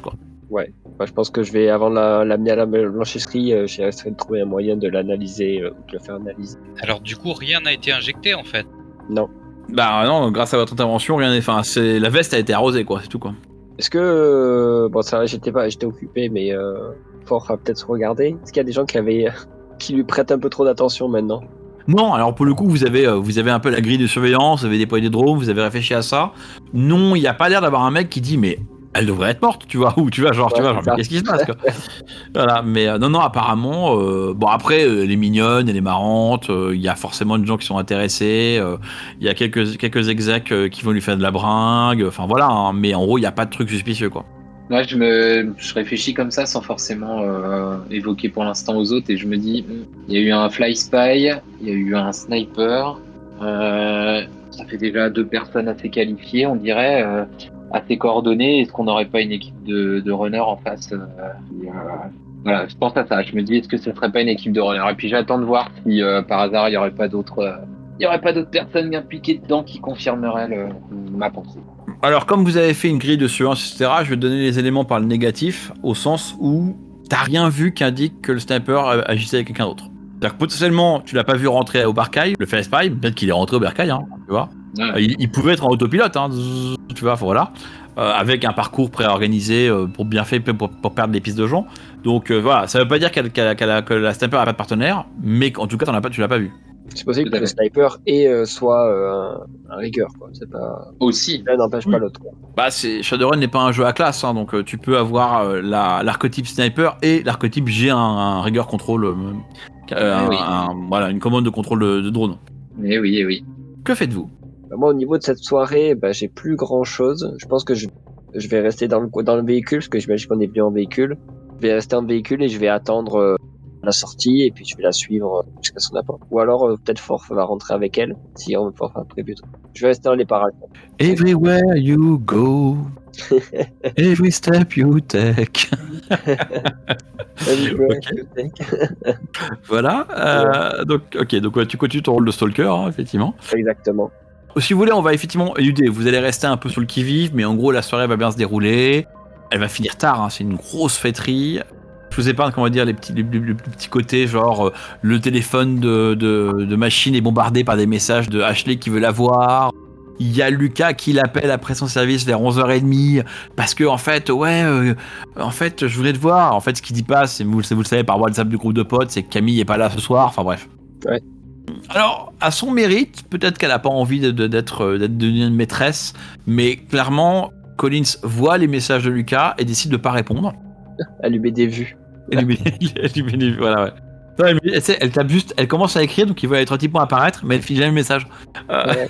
Ouais. Bah, je pense que je vais, avant de la- l'amener à la blanchisserie, euh, j'essaierai de trouver un moyen de l'analyser, euh, de le faire analyser. Alors du coup, rien n'a été injecté en fait. Non. Bah non, grâce à votre intervention, rien n'est. Enfin, c'est la veste a été arrosée, quoi, c'est tout quoi. Est-ce que euh, bon, ça, j'étais pas, j'étais occupé, mais euh, Fort va peut-être se regarder. Est-ce qu'il y a des gens qui avaient, qui lui prêtent un peu trop d'attention maintenant? Non, alors pour le coup, vous avez, euh, vous avez un peu la grille de surveillance, vous avez déployé des drones, vous avez réfléchi à ça. Non, il n'y a pas l'air d'avoir un mec qui dit, mais elle devrait être morte, tu vois, ou tu vois, genre, tu Ouais, vois, genre, c'est mais ça. qu'est-ce qui se passe, quoi. Voilà, mais euh, non, non, apparemment, euh, bon, après, euh, elle est mignonne, elle est marrante, euh, il y a forcément des gens qui sont intéressés, euh, il y a quelques, quelques execs euh, qui vont lui faire de la bringue, enfin voilà, hein, mais en gros, il n'y a pas de truc suspicieux, quoi. Moi, je me, je réfléchis comme ça sans forcément euh, évoquer pour l'instant aux autres et je me dis, hmm, il y a eu un fly spy, il y a eu un sniper, euh, ça fait déjà deux personnes assez qualifiées, on dirait, euh, assez coordonnées. Est-ce qu'on n'aurait pas une équipe de, de runners en face euh, qui, euh, Voilà, je pense à ça. Je me dis, est-ce que ce serait pas une équipe de runners? Et puis j'attends de voir si euh, par hasard il y aurait pas d'autres, euh, il y aurait pas d'autres personnes impliquées dedans qui confirmeraient le, ma pensée. Alors, comme vous avez fait une grille de surveillance, et cetera, je vais te donner les éléments par le négatif, au sens où t'as rien vu qui indique que le sniper euh, agissait avec quelqu'un d'autre. C'est-à-dire que potentiellement, tu l'as pas vu rentrer au bercail, le Fly Spy, peut-être qu'il est rentré au bercail, hein, tu vois. Ouais. Euh, Il, il pouvait être en autopilote, hein, zzz, tu vois, voilà, euh, avec un parcours préorganisé euh, pour bien fait pour, pour perdre des pistes de gens. Donc euh, voilà, ça veut pas dire qu'elle, qu'elle, qu'elle a- que la sniper a pas de partenaire, mais en tout cas, t'en as pas, tu l'as pas vu. C'est possible Tout à que le fait. sniper et euh, soit euh, un, un rigueur, quoi. C'est pas, Aussi. l'un n'empêche Oui. pas l'autre, quoi. Bah, c'est, Shadowrun n'est pas un jeu à classe, hein, donc euh, tu peux avoir euh, la, l'archétype sniper et l'archétype j'ai un, un rigueur contrôle, euh, euh, un- Oui. un- voilà, une commande de contrôle de, de drone. Eh oui, eh oui. Que faites-vous? Bah, moi, au niveau de cette soirée, bah, j'ai plus grand chose. Je pense que je, je vais rester dans le, dans le véhicule, parce que j'imagine qu'on est venu en véhicule. Je vais rester en véhicule et je vais attendre euh, la sortie, et puis je vais la suivre euh, jusqu'à son apport. Ou alors, euh, peut-être Forf va rentrer avec elle, si on Forf a prévu. Je vais rester dans les parages. Everywhere you go, every step you take. Voilà. euh, donc, ok, donc ouais, tu continues ton rôle de stalker, hein, effectivement. Exactement. Si vous voulez, on va effectivement éluder. Vous allez rester un peu sur le qui-vive, mais en gros, la soirée va bien se dérouler. Elle va finir tard, hein, c'est une grosse fêterie. Je vous épargne, comment dire, les petits, les, les- les petits côtés, genre euh, le téléphone de, de, de machine est bombardé par des messages de Ashley qui veut la voir. Il y a Lucas qui l'appelle après son service vers onze heures trente parce que en fait, ouais, euh, en fait, je voulais te voir. En fait, ce qu'il dit pas, c'est vous, vous le savez par WhatsApp du groupe de potes, c'est que Camille est pas là ce soir. Enfin bref. Ouais. Alors, à son mérite, peut-être qu'elle a pas envie de, de- d'être, euh, d'être devenue une maîtresse, mais clairement, Collins voit les messages de Lucas et décide de pas répondre. Elle lui met des vues. Elle lui met- elle lui met des- voilà, ouais. Non, elle, elle, sait, elle tape juste, elle commence à écrire, donc il voit les trois petits points apparaître, mais elle finit jamais le message. Euh, Ouais.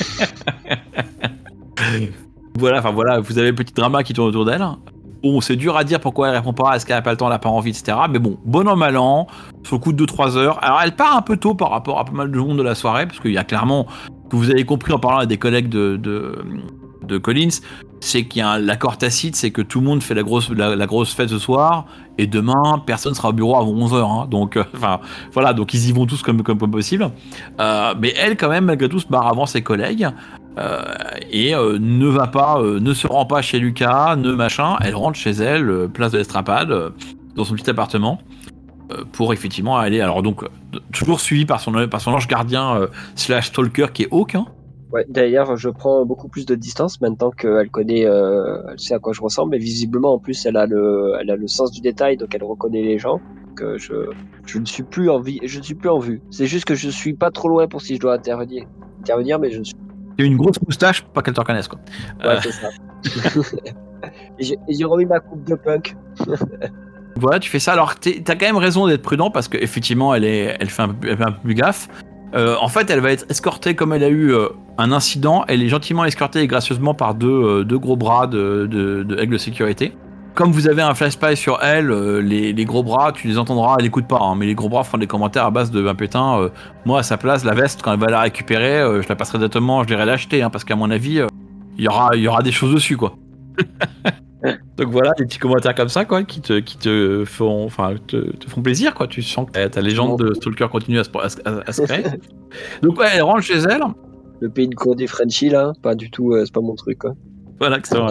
Voilà, enfin voilà, vous avez le petit drama qui tourne autour d'elle. Bon, c'est dur à dire pourquoi elle répond pas, est-ce qu'elle a pas le temps, elle a pas envie, et cetera. Mais bon, bon an, mal an, sur le coup de deux trois heures. Alors elle part un peu tôt par rapport à pas mal de monde de la soirée, parce qu'il y a clairement, que vous avez compris en parlant à des collègues de, de, de Collins, c'est qu'il y a un l'accord tacite, c'est que tout le monde fait la grosse, la, la grosse fête ce soir, et demain, personne sera au bureau avant onze heures. Hein. Donc, euh, enfin, voilà, donc ils y vont tous comme, comme, comme possible. Euh, mais elle, quand même, malgré tout, se barre avant ses collègues. Euh, et euh, ne va pas, euh, ne se rend pas chez Lucas, ne machin, elle rentre chez elle, euh, place de l'Estrapade, euh, dans son petit appartement, euh, pour effectivement aller, alors donc, euh, toujours suivi par son, par son ange gardien euh, slash stalker qui est Hawk, hein. Ouais, d'ailleurs, je prends beaucoup plus de distance maintenant qu'elle connaît, euh, elle sait à quoi je ressemble, et visiblement, en plus, elle a le, elle a le sens du détail, donc elle reconnaît les gens. Donc, euh, je, je ne suis plus en vie, je ne suis plus en vue. C'est juste que je suis pas trop loin pour si je dois intervenir, intervenir, mais je ne suis. Il y a une grosse moustache pour pas qu'elle te reconnaisse, quoi. Ouais, Euh, c'est ça. Et j'ai et j'ai remis ma coupe de punk. Voilà, tu fais ça. Alors, t'es- t'as quand même raison d'être prudent parce qu'effectivement, elle, est, elle, fait un peu, elle fait un peu plus gaffe. Euh, en fait, elle va être escortée comme elle a eu euh, un incident. Elle est gentiment escortée gracieusement par deux, euh, deux gros bras de, de, de Aigle Sécurité. Comme vous avez un flash spy sur elle, euh, les, les gros bras, tu les entendras, elle écoute pas, hein, mais les gros bras feront des commentaires à base de ben putain, euh, moi à sa place, la veste, quand elle va la récupérer, euh, je la passerai directement, je l'irai l'acheter, hein, parce qu'à mon avis, euh, il y aura, il y aura des choses dessus, quoi. Donc voilà, des petits commentaires comme ça, quoi, qui te, qui te font, enfin, te, te font plaisir, quoi. Tu sens que ta, ta légende de Stalker continue à se, à, se- à se créer. Donc ouais, elle rentre chez elle. Le pays de cour des Frenchies, là, pas du tout, euh, c'est pas mon truc, quoi. Voilà, que c'est vrai.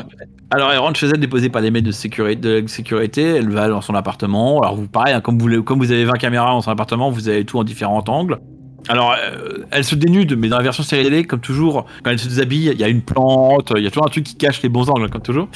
Alors elle rentre chez elle déposée par les mecs de sécurité, de sécurité, elle va dans son appartement. Alors vous pareil, hein, comme, vous, comme vous avez vingt caméras dans son appartement, vous avez tout en différents angles. Alors euh, elle se dénude, mais dans la version série télé, comme toujours, quand elle se déshabille, il y a une plante, il y a toujours un truc qui cache les bons angles, comme toujours.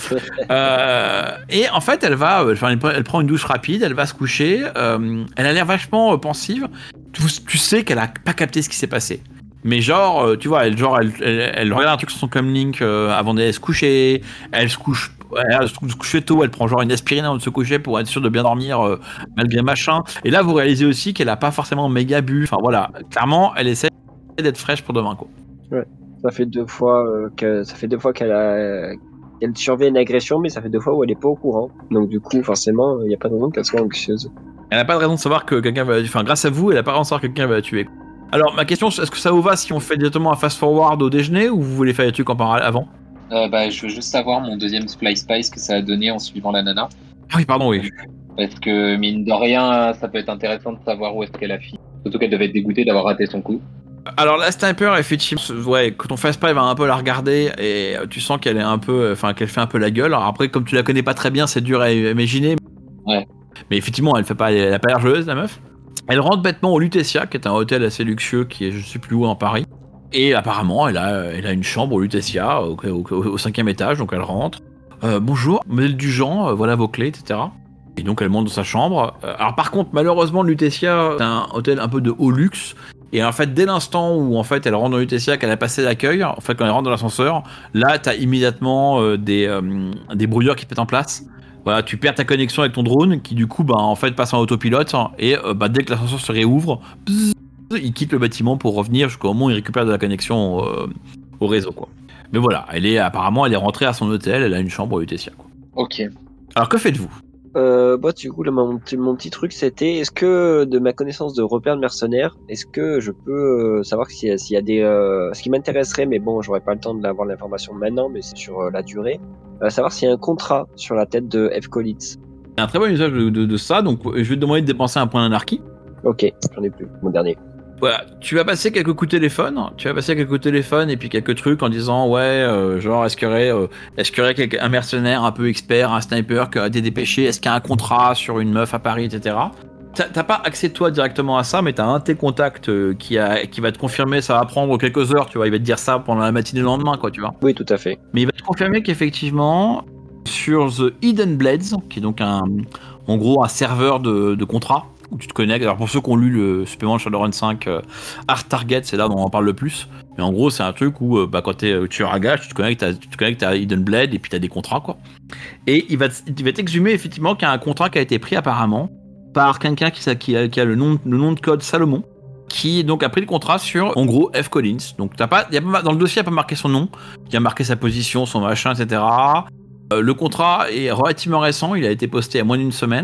euh, et en fait, elle va, enfin, elle, elle prend une douche rapide, elle va se coucher. Euh, elle a l'air vachement euh, pensive. Tu, tu sais qu'elle a pas capté ce qui s'est passé. Mais genre, euh, tu vois, elle, genre, elle, elle, elle regarde un truc sur son comlink euh, avant d'aller se coucher. Elle se couche, elle se couche tôt. Elle prend genre une aspirine avant de se coucher pour être sûre de bien dormir euh, malgré machin. Et là, vous réalisez aussi qu'elle a pas forcément méga bu. Enfin voilà, clairement, elle essaie d'être fraîche pour demain, quoi. Ouais, ça fait deux fois euh, que ça fait deux fois qu'elle a qu'elle survient une agression, mais ça fait deux fois où elle est pas au courant. Donc du coup, forcément, il n'y a pas de raison qu'elle soit anxieuse. Elle n'a pas de raison de savoir que quelqu'un va, enfin, grâce à vous, elle n'a pas de raison de savoir que quelqu'un va la tuer. Alors, ma question, est-ce que ça vous va si on fait directement un fast-forward au déjeuner ou vous voulez faire des trucs en parallèle avant ? Euh, bah, je veux juste savoir mon deuxième Supply Spice que ça a donné en suivant la nana. Ah oui, pardon, oui. Parce que, mine de rien, ça peut être intéressant de savoir où est-ce qu'elle a fini. Surtout qu'elle devait être dégoûtée d'avoir raté son coup. Alors, la sniper, effectivement, ouais, quand ton fast-spy va un peu la regarder et tu sens qu'elle est un peu, enfin, qu'elle fait un peu la gueule. Alors après, comme tu la connais pas très bien, c'est dur à imaginer. Ouais. Mais effectivement, elle fait pas, elle a pas l'air joueuse, la meuf. Elle rentre bêtement au Lutetia, qui est un hôtel assez luxueux, qui est je sais plus où en Paris. Et apparemment, elle a, elle a une chambre au Lutetia, au, au, au, au cinquième étage, donc elle rentre. Euh, bonjour, modèle du genre, euh, voilà vos clés, et cetera. Et donc elle monte dans sa chambre. Euh, alors par contre, malheureusement, le Lutetia, c'est un hôtel un peu de haut luxe. Et en fait, dès l'instant où en fait elle rentre dans le Lutetia, qu'elle a passé l'accueil, en fait quand elle rentre dans l'ascenseur, là t'as immédiatement euh, des, euh, des brouilleurs qui pètent en place. Voilà, tu perds ta connexion avec ton drone qui du coup bah, en fait passe en autopilote et euh, bah, dès que l'ascenseur se réouvre, bzz, il quitte le bâtiment pour revenir jusqu'au moment où il récupère de la connexion euh, au réseau, quoi. Mais voilà, elle est apparemment elle est rentrée à son hôtel, elle a une chambre au Lutetia, quoi. Ok. Alors que faites-vous ? Euh, bah, du coup, là, mon, petit- mon petit truc, c'était, est-ce que, de ma connaissance de repères de mercenaires, est-ce que je peux euh, savoir s'il y a, s'il y a des... Euh, ce qui m'intéresserait, mais bon, j'aurais pas le temps d'avoir l'information maintenant, mais c'est sur euh, la durée, euh, savoir s'il y a un contrat sur la tête de F. Collins. C'est un très bon usage de, de, de ça, donc je vais te demander de dépenser un point d'anarchie. Ok, j'en ai plus, mon dernier. Voilà, tu vas passer quelques coups de téléphone, tu vas passer quelques coups de téléphone et puis quelques trucs en disant ouais, euh, genre est-ce qu'il y aurait, euh, est-ce qu'il y aurait quelqu'un- un mercenaire un peu expert, un sniper qui a été dépêché, est-ce qu'il y a un contrat sur une meuf à Paris, et cetera. T'as t'as pas accès toi directement à ça, mais t'as un de tes contacts euh, qui, a, qui va te confirmer, ça va prendre quelques heures, tu vois, il va te dire ça pendant la matinée le lendemain, quoi, tu vois. Oui, tout à fait. Mais il va te confirmer qu'effectivement, sur The Hidden Blades, qui est donc un, en gros un serveur de, de contrat, où tu te connectes. Alors pour ceux qui ont lu le supplément de Shadowrun cinq, euh, Art Target, c'est là dont on en parle le plus. Mais en gros, c'est un truc où euh, bah, quand t'es tueur à gages, tu te connectes à, tu te connectes à Hidden Blade et puis t'as des contrats, quoi. Et il va, il va t'exhumer effectivement qu'il y a un contrat qui a été pris apparemment par quelqu'un qui, qui, a, qui a le nom, le nom de code Salomon, qui donc a pris le contrat sur, en gros, F. Collins. Donc t'as pas, y a pas, dans le dossier, il n'y a pas marqué son nom, il y a marqué sa position, son machin, et cetera. Euh, le contrat est relativement récent, il a été posté il y a moins d'une semaine.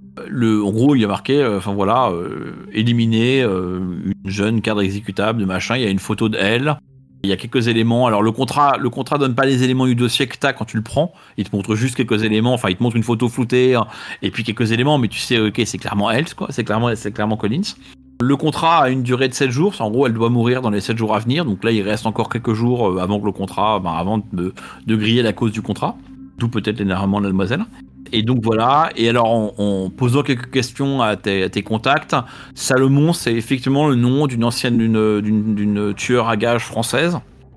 Le, en gros, il y a marqué, enfin euh, voilà, euh, éliminer euh, une jeune cadre exécutable de machin. Il y a une photo d'elle. Il y a quelques éléments. Alors le contrat, le contrat donne pas les éléments du dossier que t'as quand tu le prends. Il te montre juste quelques éléments. Enfin, il te montre une photo floutée hein, et puis quelques éléments. Mais tu sais, ok, c'est clairement elle, quoi. C'est clairement, c'est clairement Collins. Le contrat a une durée de sept jours. En gros, elle doit mourir dans les sept jours à venir. Donc là, il reste encore quelques jours euh, avant que le contrat, ben, avant de, de griller la cause du contrat. D'où peut-être l'énervement de la demoiselle. Et donc voilà, et alors en, en posant quelques questions à tes, à tes contacts, Salomon, c'est effectivement le nom d'une ancienne, d'une, d'une, d'une tueur à gages française,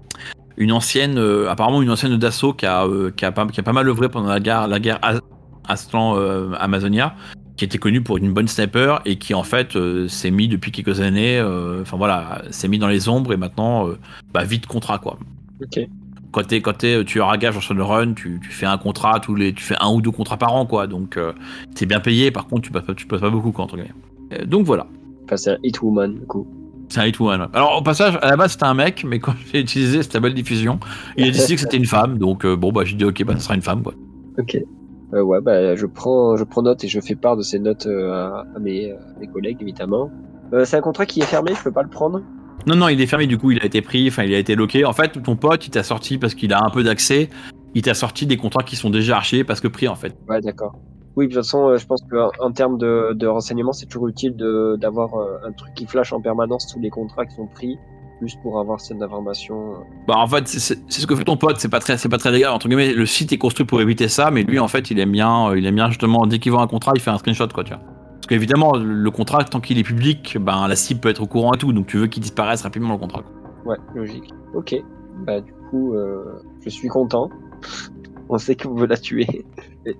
une ancienne, euh, apparemment une ancienne d'assaut qui a, euh, qui, a pas, qui a pas mal œuvré pendant la guerre, la guerre Aslan euh, Amazonia, qui était connue pour une bonne sniper et qui en fait euh, s'est mis depuis quelques années, enfin euh, voilà, s'est mis dans les ombres et maintenant euh, bah, vite contrat quoi. Ok. Quand t'es, quand t'es tueur à gages en Shadowrun, tu, tu fais un contrat tous les, tu fais un ou deux contrats par an, quoi. Donc, euh, t'es bien payé. Par contre, tu passes pas, tu passes pas beaucoup, quoi, entre guillemets. Euh, donc voilà. Enfin, c'est un Hitwoman, du coup. C'est un Hitwoman. Ouais. Alors, au passage, à la base, c'était un mec, mais quand j'ai utilisé cette belle diffusion, il a décidé que c'était une femme. Donc, euh, bon, bah, j'ai dit, ok, bah, ça sera une femme, quoi. Ok. Euh, ouais, bah, je prends, je prends note et je fais part de ces notes euh, à, à, mes, à mes collègues, évidemment. Euh, c'est un contrat qui est fermé, je peux pas le prendre. Non, non, il est fermé, du coup, il a été pris, enfin, il a été loqué. En fait, ton pote, il t'a sorti parce qu'il a un peu d'accès, il t'a sorti des contrats qui sont déjà archivés parce que pris, en fait. Ouais, d'accord. Oui, de toute façon, euh, je pense qu'en en termes de, de renseignements, c'est toujours utile de, d'avoir euh, un truc qui flash en permanence tous les contrats qui sont pris. plus pour avoir cette information. Bah en fait c'est, c'est, c'est ce que fait ton pote, c'est pas très c'est pas très légal entre guillemets. Le site est construit pour éviter ça, mais lui en fait il aime bien euh, il aime bien justement dès qu'il voit un contrat il fait un screenshot quoi tu vois. Parce qu'évidemment le contrat tant qu'il est public, ben la cible peut être au courant et tout, donc tu veux qu'il disparaisse rapidement le contrat. Quoi. Ouais, logique. Ok, bah du coup euh, je suis content. On sait qu'on veut la tuer. Il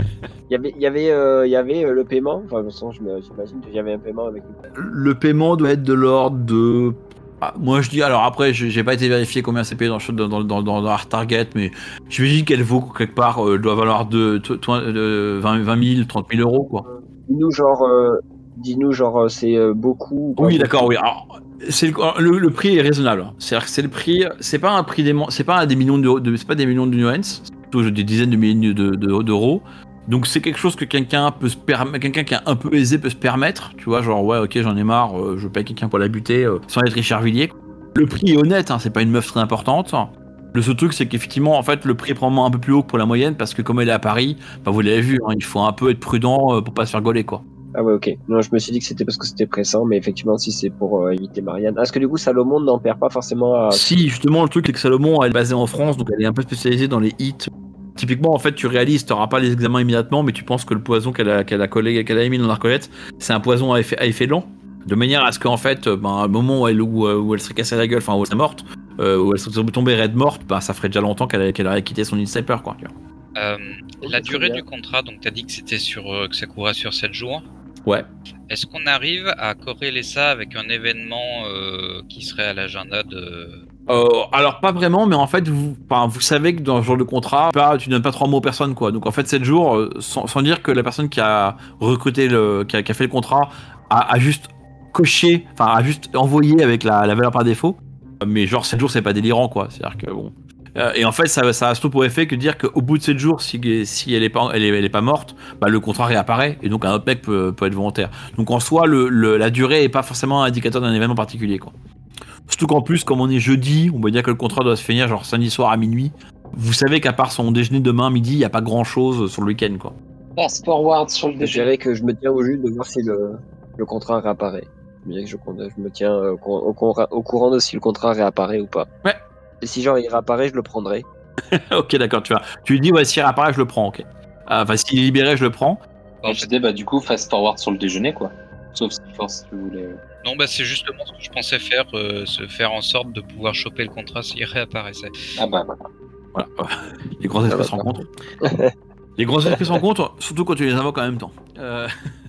y avait, il y avait, euh, il y avait euh, le paiement. Enfin, de toute façon, je me- j'imagine qu'il y avait un paiement avec. Le paiement doit être de l'ordre de. Ah, moi je dis, alors après, je- j'ai pas été vérifié combien c'est payé dans, le- dans, dans, dans, dans Art Target, mais j'imagine qu'elle vaut quelque part, euh, doit valoir de, de, de vingt mille, trente mille euros quoi. Euh, dis-nous genre, euh, dis-nous genre, euh, c'est euh, beaucoup. ou pas Oui, beaucoup. d'accord, oui. Alors, c'est le, le, le prix est raisonnable. C'est-à-dire que c'est le prix, c'est pas un prix des, c'est pas des millions de, de c'est pas des millions de nuances, c'est plutôt des dizaines de milliers de, de, d'euros. Donc c'est quelque chose que quelqu'un peut se permettre, quelqu'un qui est un peu aisé peut se permettre, tu vois, genre ouais, ok, j'en ai marre, euh, je paye quelqu'un pour la buter euh, sans être Richard Villiers. Le prix est honnête, hein, c'est pas une meuf très importante. Le seul truc, c'est qu'effectivement, en fait, le prix est probablement un peu plus haut que pour la moyenne parce que comme elle est à Paris, bah vous l'avez vu, hein, il faut un peu être prudent euh, pour pas se faire gauler, quoi. Ah ouais, ok. Non, je me suis dit que c'était parce que c'était pressant, mais effectivement, si c'est pour euh, éviter Marianne. Est-ce que du coup, Salomon n'en perd pas forcément à. Si, justement, le truc, c'est que Salomon, elle est basée en France, donc elle est un peu spécialisée dans les hits. Typiquement, en fait, tu réalises, tu n'auras pas les examens immédiatement, mais tu penses que le poison qu'elle a, qu'elle a collé, qu'elle a émis dans l'arcolette, c'est un poison à effet, à effet lent, de manière à ce qu'en fait, ben, à un moment où elle, où, où elle serait cassée la gueule, enfin où elle serait morte, euh, où elle serait tombée raide morte, ben, ça ferait déjà longtemps qu'elle, qu'elle aurait quitté son sniper, quoi. Euh, Ok, la très durée bien. du contrat, donc tu as dit que c'était sur euh, que ça courait sur sept jours. Ouais. Est-ce qu'on arrive à corréler ça avec un événement euh, qui serait à l'agenda de... Euh, alors pas vraiment, mais en fait vous, enfin, vous savez que dans ce genre de contrat, pas, tu donnes pas trois mots aux personnes quoi. Donc en fait sept jours, euh, sans, sans dire que la personne qui a recruté le, qui a, qui a fait le contrat a, a juste coché, enfin a juste envoyé avec la, la valeur par défaut. Mais genre sept jours c'est pas délirant quoi. C'est-à-dire que bon. Euh, et en fait ça, ça a surtout pour effet que dire qu'au bout de sept jours, si, si elle est pas, elle est, elle est pas morte, bah, le contrat réapparaît et donc un autre mec peut, peut être volontaire. Donc en soi le, le, la durée est pas forcément un indicateur d'un événement particulier quoi. Surtout qu'en plus, comme on est jeudi, on va dire que le contrat doit se finir genre samedi soir à minuit. Vous savez qu'à part son déjeuner demain midi, il n'y a pas grand chose sur le week-end quoi. Fast forward sur le Je déjeuner. dirais que je me tiens au jus de voir si le, le contrat réapparaît. Je dirais que je, je me tiens euh, au, au, au courant de si le contrat réapparaît ou pas. Ouais. Et si genre il réapparaît, je le prendrai. Ok, d'accord, tu vois. Tu lui dis, ouais, s'il réapparaît, je le prends, ok. Ah, Enfin, s'il est libéré, je le prends. En Et je disais, bah, du coup, fast forward sur le déjeuner, quoi. Sauf si, force, tu voulais. Non, bah c'est justement ce que je pensais faire, euh, se faire en sorte de pouvoir choper le contrat s'il réapparaissait. Ah, bah, voilà. Voilà. Les grands esprits va se pas. rencontrent. Les grands esprits se rencontrent, surtout quand tu les invoques en même temps. Euh...